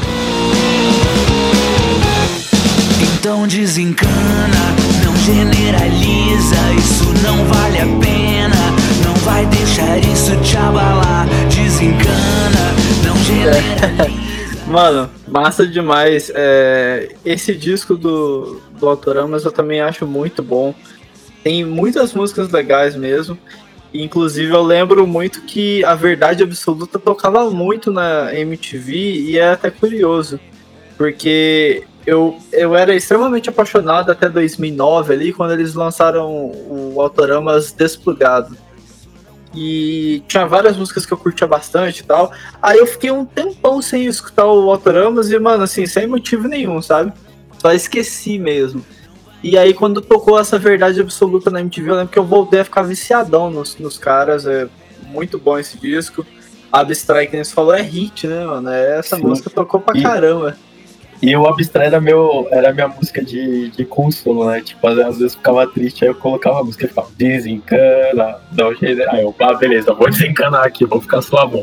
F: Então desencana, não generaliza, isso não vale a pena, não vai deixar isso te abalar. Desencana, não generaliza.
A: Mano, massa demais. Esse disco do Autoramas eu também acho muito bom. Tem muitas músicas legais mesmo. Inclusive eu lembro muito que a Verdade Absoluta tocava muito na MTV e é até curioso. Porque eu era extremamente apaixonado até 2009 ali, quando eles lançaram o Autoramas Desplugado. E tinha várias músicas que eu curtia bastante e tal. Aí eu fiquei um tempão sem escutar o Autoramas e, mano, assim, sem motivo nenhum, sabe? Só esqueci mesmo. E aí quando tocou essa Verdade Absoluta na MTV, eu lembro que eu voltei a ficar viciadão nos caras. É muito bom esse disco. Abstrai, que você falou, é hit, né, mano? Essa
C: Sim.
A: música tocou pra caramba.
C: E o Abstrai era minha música de consolo, né? Tipo, às vezes eu ficava triste, aí eu colocava a música e ficava, desencana, dá um jeito. Aí eu, beleza, vou desencanar aqui, vou ficar suavão.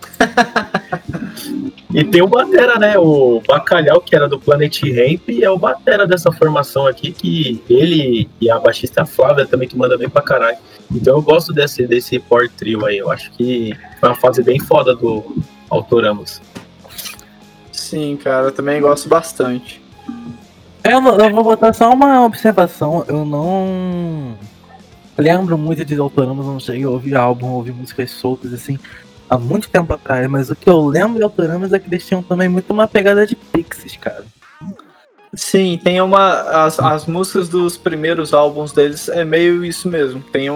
C: E tem o batera, né? O Bacalhau, que era do Planet Ramp, e é o batera dessa formação aqui, que ele e a baixista Flávia também, que manda bem pra caralho. Então eu gosto desse power trio aí, eu acho que foi uma fase bem foda do Autoramas.
A: Sim, cara, eu também gosto bastante.
B: Eu vou botar só uma observação. Eu não lembro muito de Autoramas, eu não cheguei a ouvir álbum, ouvir músicas soltas assim há muito tempo atrás, mas o que eu lembro de Autoramas é que eles tinham também muito uma pegada de Pixies, cara.
A: Sim, tem as músicas dos primeiros álbuns deles é meio isso mesmo. Tem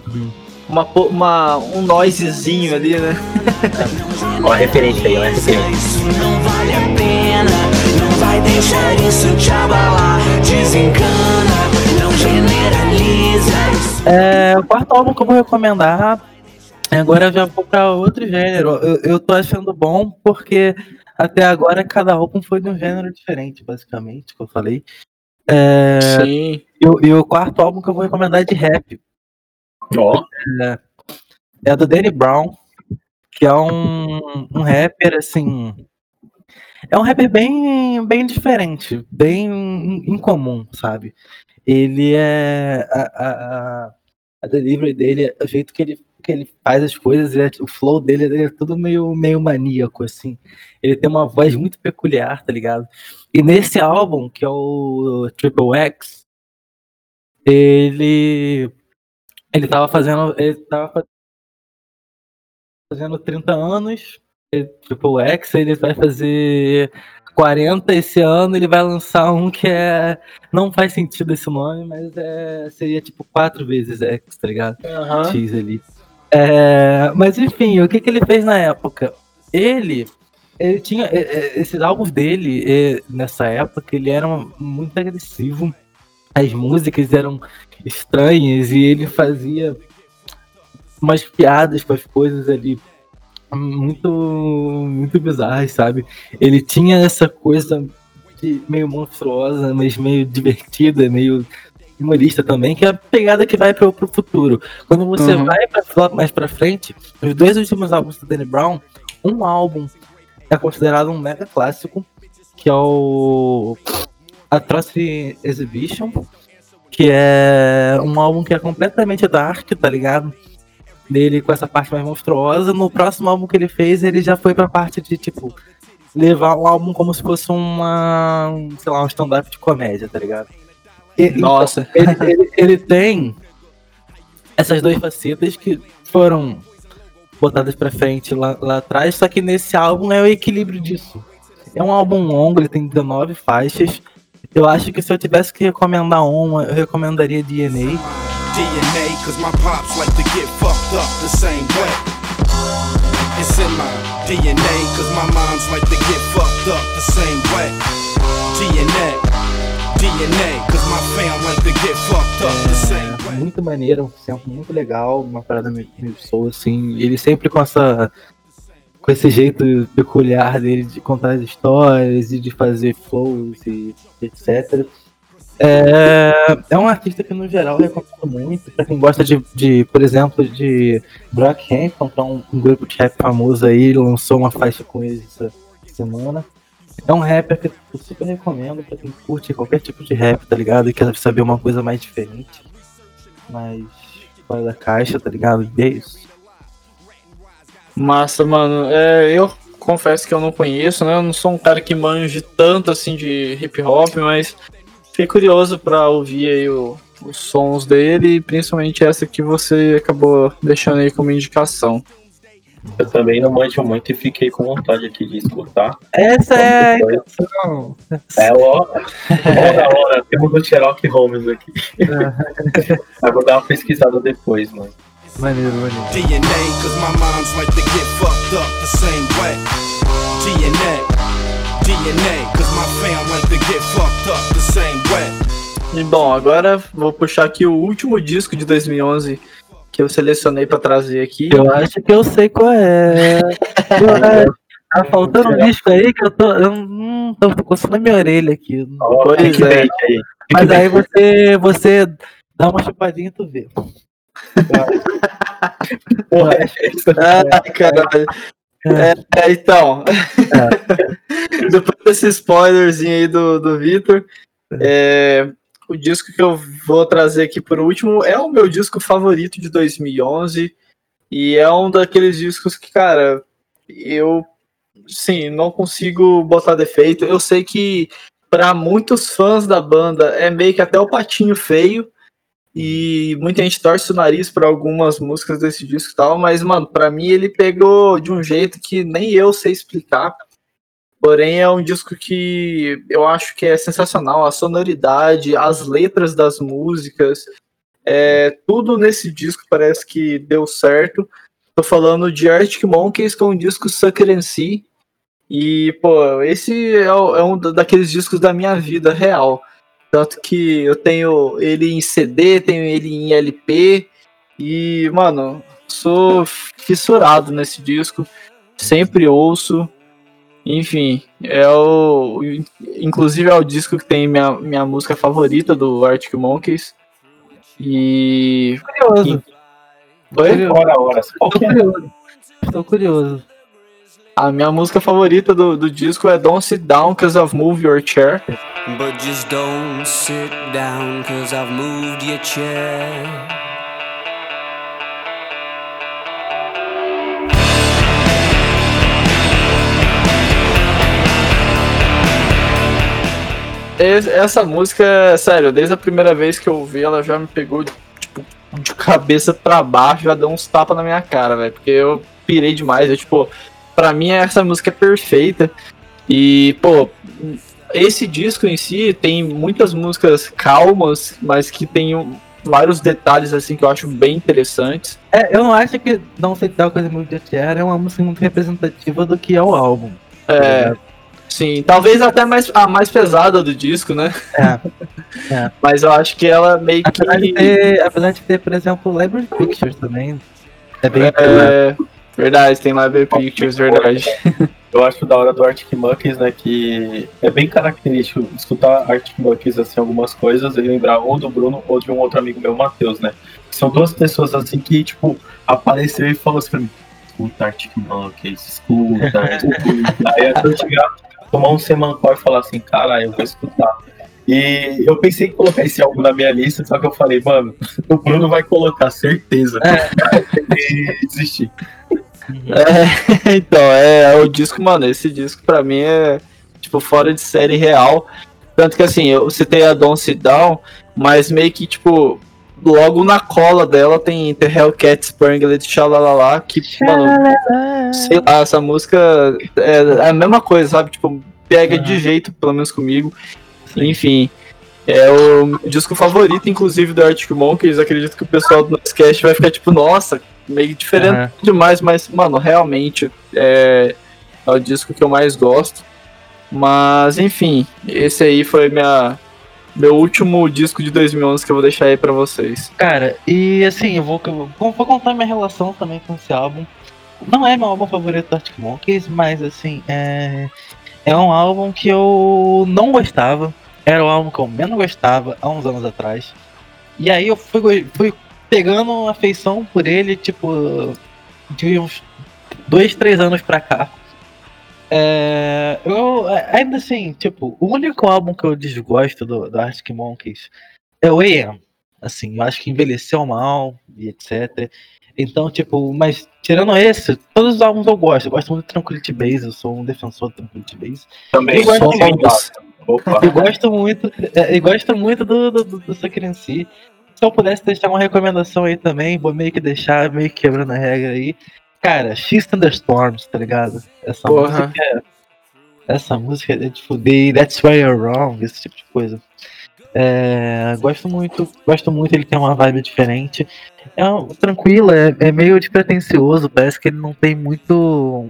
A: um noisezinho ali, né?
C: Ó a referência aí, ó a referência.
F: Isso não vale a pena, não vai deixar isso te abalar. Desencana, não generaliza.
B: O quarto álbum que eu vou recomendar, agora eu já vou pra outro gênero. Eu tô achando bom porque até agora cada álbum foi de um gênero diferente, basicamente, que eu falei.
A: Sim.
B: E o quarto álbum que eu vou recomendar é de rap.
C: Ó,
B: É do Danny Brown, que é um rapper, assim... É um rapper bem diferente, bem incomum, sabe? Ele é... A delivery dele, o jeito que ele faz as coisas, o flow dele é tudo meio maníaco, assim. Ele tem uma voz muito peculiar, tá ligado? E nesse álbum, que é o Triple X, ele tava fazendo 30 anos, Triple X, ele vai fazer 40 esse ano, ele vai lançar um que não faz sentido esse nome, mas seria tipo 4 vezes X, tá ligado?
A: Aham.
B: X ali. Mas enfim, o que ele fez na época? Ele tinha esses álbuns dele, nessa época, ele era muito agressivo, as músicas eram estranhas e ele fazia umas piadas com as coisas ali muito, muito bizarras, sabe? Ele tinha essa coisa meio monstruosa, mas meio divertida, meio humorista também, que é a pegada que vai pro futuro. Quando você vai mais pra frente, os 2 últimos álbuns do Danny Brown, um álbum é considerado um mega clássico, que é o Atrocity Exhibition, que é um álbum que é completamente dark, tá ligado? Dele com essa parte mais monstruosa. No próximo álbum que ele fez, ele já foi pra parte de, tipo, levar o álbum como se fosse um stand-up de comédia, tá ligado?
A: Nossa.
B: Então, ele tem essas 2 facetas que foram botadas pra frente lá atrás, só que nesse álbum é o equilíbrio disso. É um álbum longo, ele tem 19 faixas. Eu acho que se eu tivesse que recomendar uma, eu recomendaria DNA.
F: DNA, cause my pops like to get fucked up the same way. It's in my DNA, cause my moms like to get fucked up the same way. DNA, cause my fam like to get fucked up the same way.
B: Muito maneiro, sempre muito legal, uma parada meio soul, assim. Ele sempre com esse jeito peculiar dele de contar as histórias e de fazer flows e etc. É um artista que no geral eu recomendo muito pra quem gosta por exemplo, de Brockhampton, que é um grupo de rap famoso aí, lançou uma faixa com eles essa semana. É um rapper que eu super recomendo pra quem curte qualquer tipo de rap, tá ligado? E quer saber uma coisa mais diferente, mais fora da caixa, tá ligado? E é isso.
A: Massa, mano. Eu confesso que eu não conheço, né? Eu não sou um cara que manje tanto assim de hip hop, mas fiquei curioso pra ouvir aí os sons dele, e principalmente essa que você acabou deixando aí como indicação.
C: Eu também não manjo muito e fiquei com vontade aqui de escutar.
B: Essa é a intenção.
C: Da hora, temos o Sherlock Holmes aqui. Eu vou dar uma pesquisada depois, mano.
B: Maneiro.
F: DNA, cause my mom's like to get fucked up the same way. DNA, cause my fam like to get fucked up the same way.
A: E bom, agora vou puxar aqui o último disco de 2011 que eu selecionei pra trazer aqui.
B: Eu acho que eu sei qual é. Tá faltando um disco aí que eu tô coçando a minha orelha aqui.
A: Pois é.
C: Aí.
B: Mas aí você dá uma chupadinha e tu vê.
C: Porra,
A: Ai, caralho. Então, depois desse spoilerzinho aí do Vitor, o disco que eu vou trazer aqui por último é o meu disco favorito de 2011 e é um daqueles discos que, cara, eu, sim, não consigo botar defeito. Eu sei que para muitos fãs da banda é meio que até o patinho feio e muita gente torce o nariz para algumas músicas desse disco e tal, mas, mano, para mim ele pegou de um jeito que nem eu sei explicar. Porém, é um disco que eu acho que é sensacional. A sonoridade, as letras das músicas, tudo nesse disco parece que deu certo. Tô falando de Arctic Monkeys com o disco Sucker and See. E, pô, esse é um daqueles discos da minha vida real. Tanto que eu tenho ele em CD, tenho ele em LP. E, mano, sou fissurado nesse disco. Sempre ouço. Enfim, inclusive é o disco que tem minha música favorita do Arctic Monkeys. E.
B: Curioso.
A: Oi?
C: Ora.
B: Tô curioso.
A: A minha música favorita do disco é Don't Sit Down Cause I've Moved Your Chair.
D: But just don't sit down, cause I've moved your chair.
A: Essa música, sério, desde a primeira vez que eu ouvi, ela já me pegou tipo, de cabeça pra baixo, já deu uns tapas na minha cara, velho. Porque eu pirei demais. Pra mim essa música é perfeita. E, pô, esse disco em si tem muitas músicas calmas, mas que tem vários detalhes assim que eu acho bem interessantes.
B: Eu não acho que Não Sei Tal Coisa Muito de Chair é uma música muito representativa do que é o álbum.
A: Sim, talvez até a mais pesada do disco, né? Mas eu acho que ela meio que...
B: Apesar de ter, por exemplo, Library Pictures também. É bem...
A: Verdade, tem Library Pictures, verdade.
C: Eu acho da hora do Arctic Monkeys, né, que é bem característico escutar Arctic Monkeys, assim, algumas coisas, e lembrar ou do Bruno ou de um outro amigo meu, Matheus, né. São duas pessoas, assim, que, tipo, apareceram e falaram assim pra mim, escuta Arctic Monkeys, escuta. Aí eu chegar, tomar um semancol e falar assim, caralho, eu vou escutar. E eu pensei em colocar esse álbum na minha lista, só que eu falei, mano, o Bruno vai colocar, certeza. E desistir.
A: Então, o disco, mano, esse disco pra mim é, tipo, fora de série real. Tanto que, assim, eu citei a Don't Sit Down, mas meio que, tipo, logo na cola dela tem Hellcat Spangler Xalalala, que, mano, sei lá, essa música é a mesma coisa, sabe? Tipo, pega de jeito, pelo menos comigo. Enfim, é o meu disco favorito, inclusive, do Arctic Monkeys. Acredito que o pessoal do Noscast vai ficar tipo, nossa, meio diferente demais, mas, mano, realmente é o disco que eu mais gosto. Mas, enfim, esse aí foi meu último disco de 2011 que eu vou deixar aí pra vocês.
B: Cara, e assim, eu vou contar minha relação também com esse álbum. Não é meu álbum favorito do Arctic Monkeys, mas assim, é um álbum que eu não gostava. era o álbum que eu menos gostava há uns anos atrás. E aí eu fui pegando afeição por ele, tipo, de uns 2, 3 anos pra cá. Eu ainda assim, tipo, o único álbum que eu desgosto do Arctic Monkeys é o AM. Assim, eu acho que envelheceu mal e etc. Então, tipo, mas tirando esse, todos os álbuns eu gosto muito do Tranquility Base, eu sou um defensor do Tranquility Base.
C: Também
B: Eu gosto
C: somos
B: muito.
C: Opa.
B: Eu gosto muito do Sucker em si. Se eu pudesse deixar uma recomendação aí também, vou meio que deixar, meio que quebrando a regra aí. Cara, X Thunderstorms, tá ligado?
A: Porra.
B: Essa música é de fuder, That's Why You're Wrong, esse tipo de coisa. Gosto muito, ele tem uma vibe diferente. Tranquilo, é meio despretensioso, parece que ele não tem muito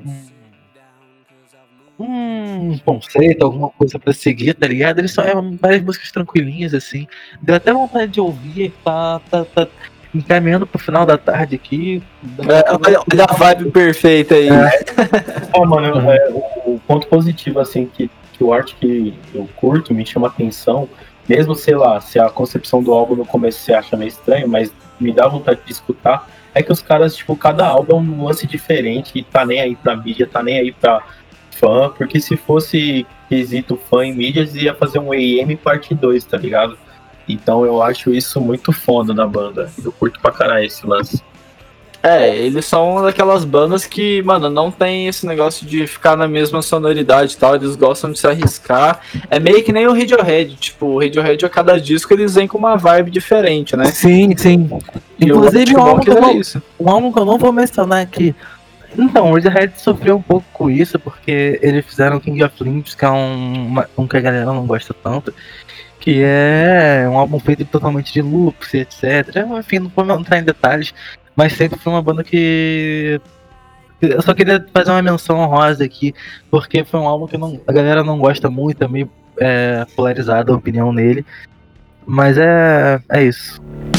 B: um conceito, alguma coisa pra seguir, tá ligado? Ele só é várias músicas tranquilinhas, assim. Deu até vontade de ouvir, tá encaminhando pro final da tarde aqui.
A: Olha a vibe perfeita aí.
C: Mano, o ponto positivo, assim, que o arte que eu curto me chama atenção, mesmo, sei lá, se a concepção do álbum no começo você acha meio estranho, mas me dá vontade de escutar, é que os caras, tipo, cada álbum é um lance diferente e tá nem aí pra mídia, tá nem aí pra fã, porque se fosse quesito fã em mídias, ia fazer um AM parte 2, tá ligado? Então eu acho isso muito foda da banda. Eu curto pra caralho esse lance.
A: Eles são uma daquelas bandas que, mano, não tem esse negócio de ficar na mesma sonoridade e tal, eles gostam de se arriscar. É meio que nem o Radiohead, tipo, o Radiohead a cada disco eles vêm com uma vibe diferente, né?
B: Sim.
A: E
B: Inclusive,
A: o
B: um álbum que eu não vou mencionar aqui. Então, o Radiohead sofreu um pouco com isso, porque eles fizeram King of Limbs, que é um que a galera não gosta tanto, que é um álbum feito totalmente de loops, etc. Enfim, não vou entrar em detalhes, mas sempre foi uma banda que... Eu só queria fazer uma menção honrosa aqui, porque foi um álbum que a galera não gosta muito, é meio polarizada a opinião nele, mas é isso.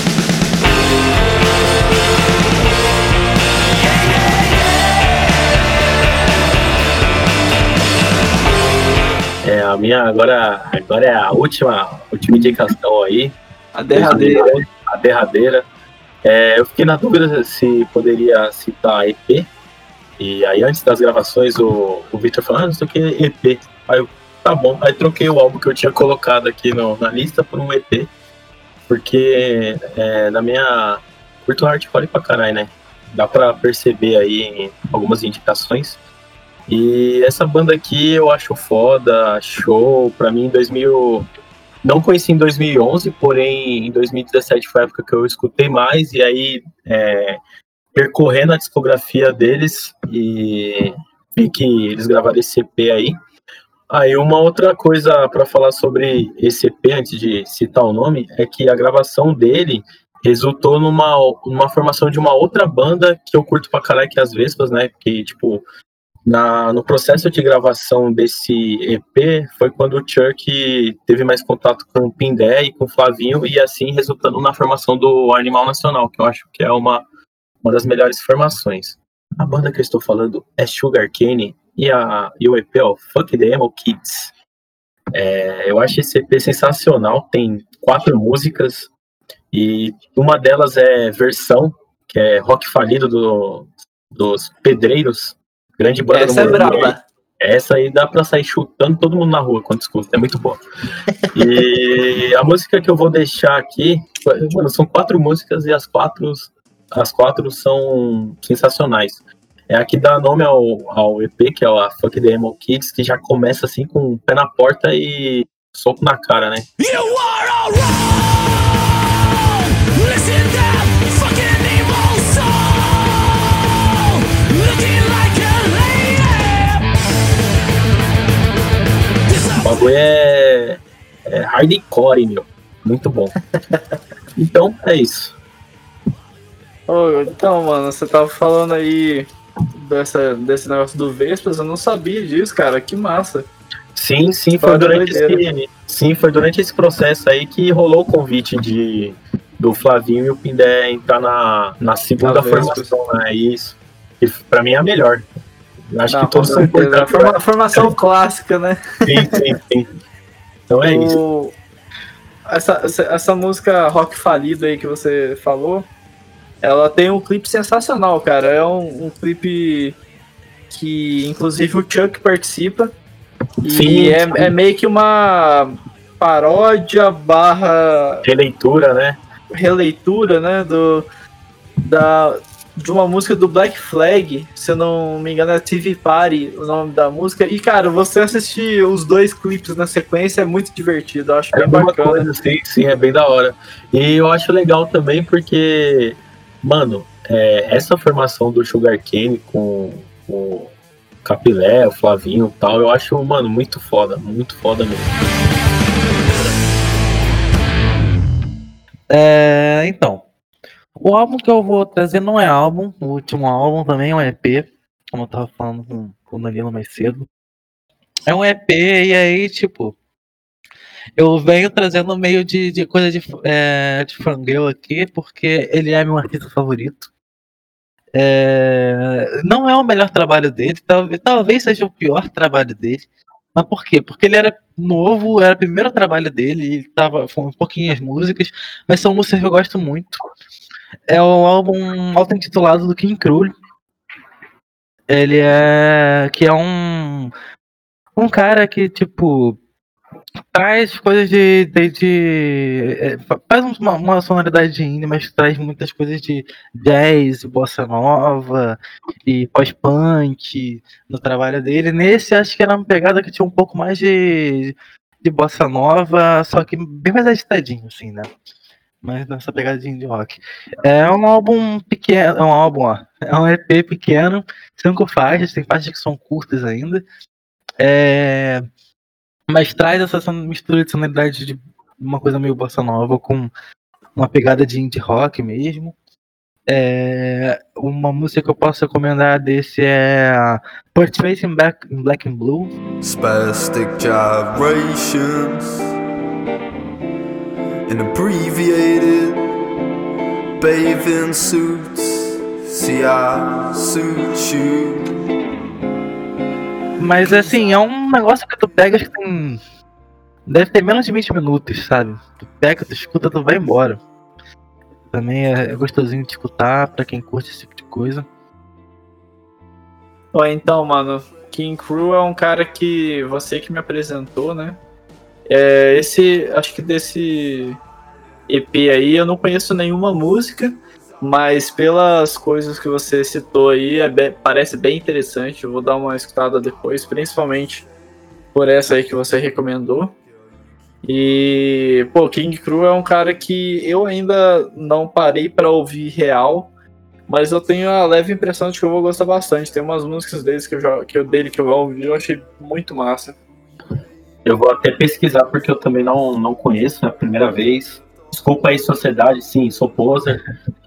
C: A minha agora é a última indicação aí.
A: A derradeira.
C: A derradeira. Eu fiquei na dúvida se poderia citar EP. E aí antes das gravações o Victor falou, não sei o que, EP. Aí eu, tá bom. Aí troquei o álbum que eu tinha colocado aqui na lista por um EP. Porque na minha... Curto hardcore pra caralho, né? Dá pra perceber aí em algumas indicações. E essa banda aqui eu acho foda, show. Pra mim, não conheci em 2011, porém em 2017 foi a época que eu escutei mais. E aí, percorrendo a discografia deles e vi que eles gravaram esse EP aí. Aí uma outra coisa pra falar sobre esse EP, antes de citar o nome, é que a gravação dele resultou numa formação de uma outra banda que eu curto pra caralho, que é as Vespas, né? Que, tipo... No processo de gravação desse EP foi quando o Chuck teve mais contato com o Pindé e com o Flavinho, e assim resultando na formação do Animal Nacional, que eu acho que é uma das melhores formações. A banda que eu estou falando é Sugar Cane e o EP é o Fuck the Emo Kids. Eu acho esse EP sensacional, tem 4 músicas e uma delas é Versão, que é rock falido dos Pedreiros. Grande banda.
A: Essa é braba.
C: Essa aí dá pra sair chutando todo mundo na rua quando escuta, é muito boa. E a música que eu vou deixar aqui, mano, são 4 músicas e as quatro são sensacionais. É a que dá nome ao EP, que é a Fuck the Emo Kids, que já começa assim com o pé na porta e soco na cara, né?
F: You are all wrong. Listen to that fucking evil soul. Looking like a lady.
C: O bagulho é hardcore, meu. Muito bom. Então, é isso.
A: Então, mano, você tava falando aí desse negócio do Vespas, eu não sabia disso, cara, que massa.
C: Sim, foi durante esse processo aí que rolou o convite do Flavinho e o Pindé entrar na segunda formação, né? Isso. E pra mim é a melhor. Acho que todos são importantes.
A: Formação clássica, né?
C: Sim. Então é isso.
A: Essa música Rock Falido aí que você falou, ela tem um clipe sensacional, cara. É um clipe que, inclusive, o Chuck participa. E
C: Sim,
A: é meio que uma paródia barra
C: releitura, né?
A: releitura, né, de uma música do Black Flag, se eu não me engano é TV Party o nome da música. E, cara, você assistir os dois clipes na sequência é muito divertido, eu acho
C: É
A: bem
C: uma
A: bacana.
C: coisa, sim, é bem da hora. E eu acho legal também porque, mano, essa formação do Sugar Cane com o Capilé, o Flavinho e tal, eu acho, mano, muito foda mesmo.
B: Então, o álbum que eu vou trazer não é álbum, o último álbum também é um EP, como eu tava falando com o Danilo mais cedo. É um EP, e aí, tipo, eu venho trazendo meio de coisa de fangirl aqui, porque ele é meu artista favorito. Não é o melhor trabalho dele, talvez seja o pior trabalho dele. Mas por quê? Porque ele era novo, era o primeiro trabalho dele, e ele tava com pouquinhas músicas, mas são músicas que eu gosto muito. É o álbum auto-intitulado do King Krul. Ele que é um cara que, tipo, traz coisas faz uma sonoridade de indie, mas traz muitas coisas de jazz, bossa nova e pós-punk no trabalho dele. Nesse, acho que era uma pegada que tinha um pouco mais de bossa nova, só que bem mais agitadinho, assim, né? Mas nessa pegada de indie rock. É um álbum pequeno, é um EP pequeno, 5 faixas, tem faixas que são curtas ainda. Mas traz essa mistura de sonoridade de uma coisa meio bossa nova com uma pegada de indie rock mesmo. Uma música que eu posso recomendar desse é Portrait in Black and Blue.
G: Spastic gyrations in abbreviated bathing suits. See, I suit you.
B: Mas assim, é um negócio que tu pega, acho que deve ter menos de 20 minutos, sabe? Tu pega, tu escuta, tu vai embora. Também é gostosinho de escutar pra quem curte esse tipo de coisa.
A: Então, mano, King Krul é um cara que você que me apresentou, né? Acho que desse EP aí eu não conheço nenhuma música, mas pelas coisas que você citou aí, parece bem interessante. Eu vou dar uma escutada depois, principalmente por essa aí que você recomendou. E, pô, King Krul é um cara que eu ainda não parei pra ouvir real, mas eu tenho a leve impressão de que eu vou gostar bastante. Tem umas músicas deles que eu ouvi, eu achei muito massa.
C: Eu vou até pesquisar porque eu também não conheço, é a primeira vez. Desculpa aí, sociedade, sim, sou poser.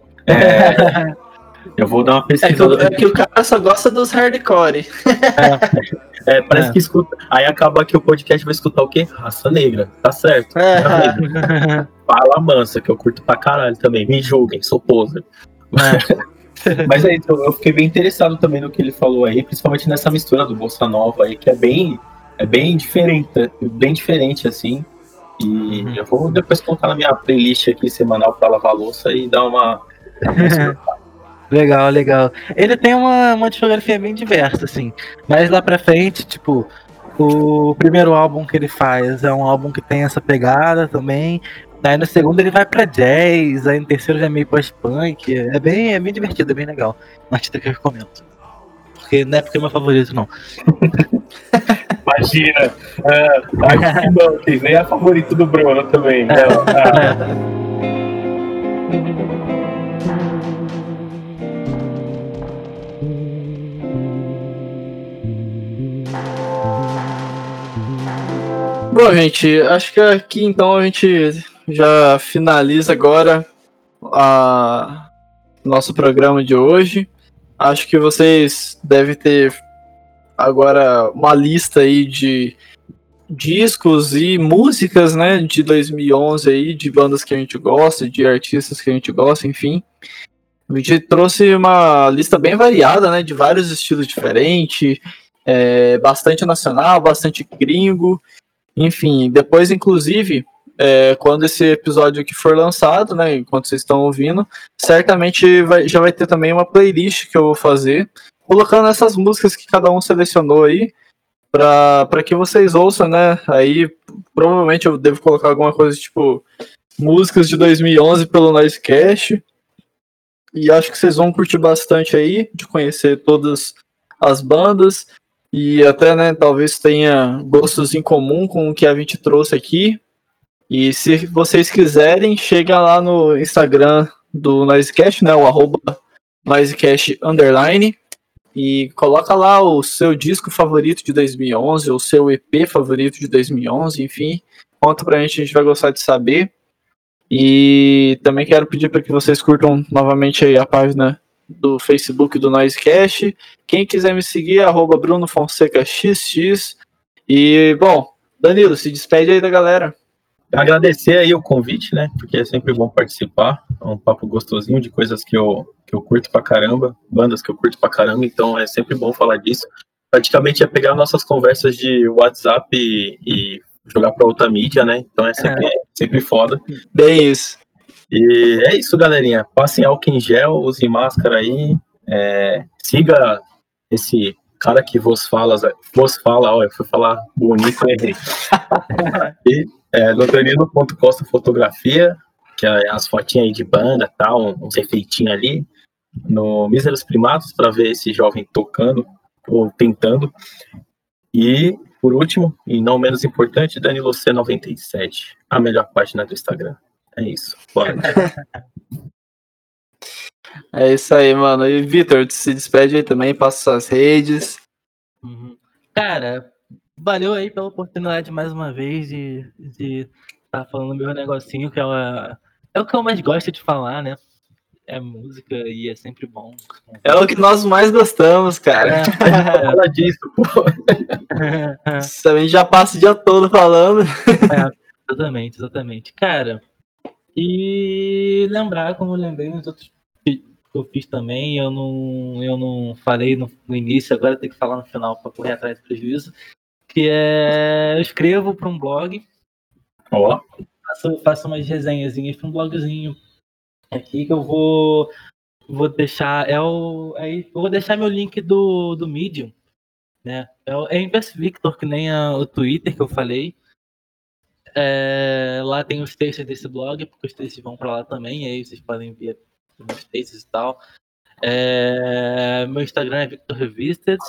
C: Eu vou dar uma pesquisada.
A: É que o cara só gosta dos hardcore.
C: Parece que escuta. Aí acaba que o podcast vai escutar o quê? Raça Negra, tá certo. Fala mansa, que eu curto pra caralho também. Me julguem, sou poser. Mas aí, eu fiquei bem interessado também no que ele falou aí, principalmente nessa mistura do Bossa Nova aí, que é bem diferente, assim. E eu vou depois colocar na minha playlist aqui semanal pra lavar a louça e dar uma
B: Legal. Ele tem uma discografia bem diversa, assim. Mas lá pra frente, tipo, o primeiro álbum que ele faz é um álbum que tem essa pegada também. Aí no segundo ele vai pra jazz, aí no terceiro já é meio pós-punk. É bem divertido, é bem legal. Um artista que eu recomendo. Porque não é porque é meu favorito, não.
C: Imagina, acho que não, que nem é favorito do Bruno também.
A: Bom, gente, acho que aqui então a gente já finaliza agora nosso programa de hoje. Acho que vocês devem ter agora uma lista aí de discos e músicas, né, de 2011 aí, de bandas que a gente gosta, de artistas que a gente gosta, enfim. A gente trouxe uma lista bem variada, né, de vários estilos diferentes, bastante nacional, bastante gringo. Enfim, depois, inclusive, quando esse episódio aqui for lançado, né, enquanto vocês estão ouvindo, certamente já vai ter também uma playlist que eu vou fazer, colocando essas músicas que cada um selecionou aí, para que vocês ouçam, né? Aí, provavelmente eu devo colocar alguma coisa tipo músicas de 2011 pelo Noisecast. E acho que vocês vão curtir bastante aí, de conhecer todas as bandas. E até, né, talvez tenha gostos em comum com o que a gente trouxe aqui. E se vocês quiserem, chega lá no Instagram do Noisecast, né, o @Noisecast_, e coloca lá o seu disco favorito de 2011, ou o seu EP favorito de 2011, enfim. Conta pra gente, a gente vai gostar de saber. E também quero pedir para que vocês curtam novamente aí a página do Facebook do Noisecast. Quem quiser me seguir, @BrunoFonsecaXX. E, bom, Danilo, se despede aí da galera.
C: Agradecer aí o convite, né? Porque é sempre bom participar. É um papo gostosinho de coisas que eu curto pra caramba, bandas que eu curto pra caramba, então é sempre bom falar disso. Praticamente é pegar nossas conversas de WhatsApp e jogar pra outra mídia, né? Então é sempre foda.
A: Bem isso.
C: E é isso, galerinha. Passem álcool em gel, usem máscara aí. Siga esse cara que vos fala, ó, eu fui falar bonito, eu errei. E no Danilo.Costa Fotografia, que é as fotinhas aí de banda, tal, uns efeitinhos ali. No Míseros Primados, para ver esse jovem tocando ou tentando. E, por último, e não menos importante, Danilo C97, a melhor página do Instagram. É isso. Bora.
A: É isso aí, mano. E Vitor, se despede aí também, passa suas redes.
B: Cara, valeu aí pela oportunidade mais uma vez de estar falando meu negocinho, que é o que eu mais gosto de falar, né? É música e é sempre bom.
A: É o que nós mais gostamos, cara.
C: Fala disso, pô.
A: A gente já passa o dia todo falando.
B: Exatamente. Cara, e lembrar, como eu lembrei nos outros que eu fiz também, eu não falei no início, agora tem que falar no final para correr atrás do prejuízo, que eu escrevo para um blog, faço umas resenhazinhas para um blogzinho aqui que eu vou deixar, eu vou deixar meu link do Medium, né? É Invest Victor, que nem o Twitter que eu falei. Lá tem os textos desse blog, porque os textos vão para lá também, e aí vocês podem ver os textos e tal. Meu Instagram é Victor Revisted,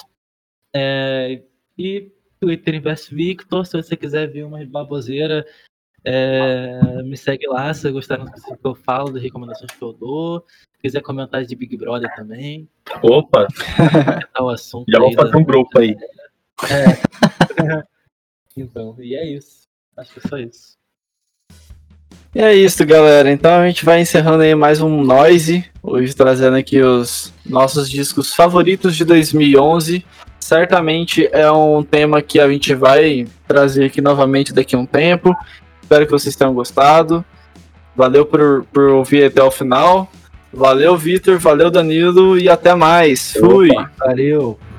B: e Twitter Invest Victor. Se você quiser ver uma baboseira, me segue lá, se gostaram do que eu falo, das recomendações que eu dou. Se quiser comentários de Big Brother também.
C: Opa!
B: Tá o assunto.
C: Já vou fazer um grupo aí.
B: Então, e é isso. Acho que é só isso.
A: E é isso, galera. Então a gente vai encerrando aí mais um Noise. Hoje trazendo aqui os nossos discos favoritos de 2011. Certamente é um tema que a gente vai trazer aqui novamente daqui a um tempo. Espero que vocês tenham gostado. Valeu por ouvir até o final. Valeu, Vitor. Valeu, Danilo. E até mais. Fui.
B: Valeu.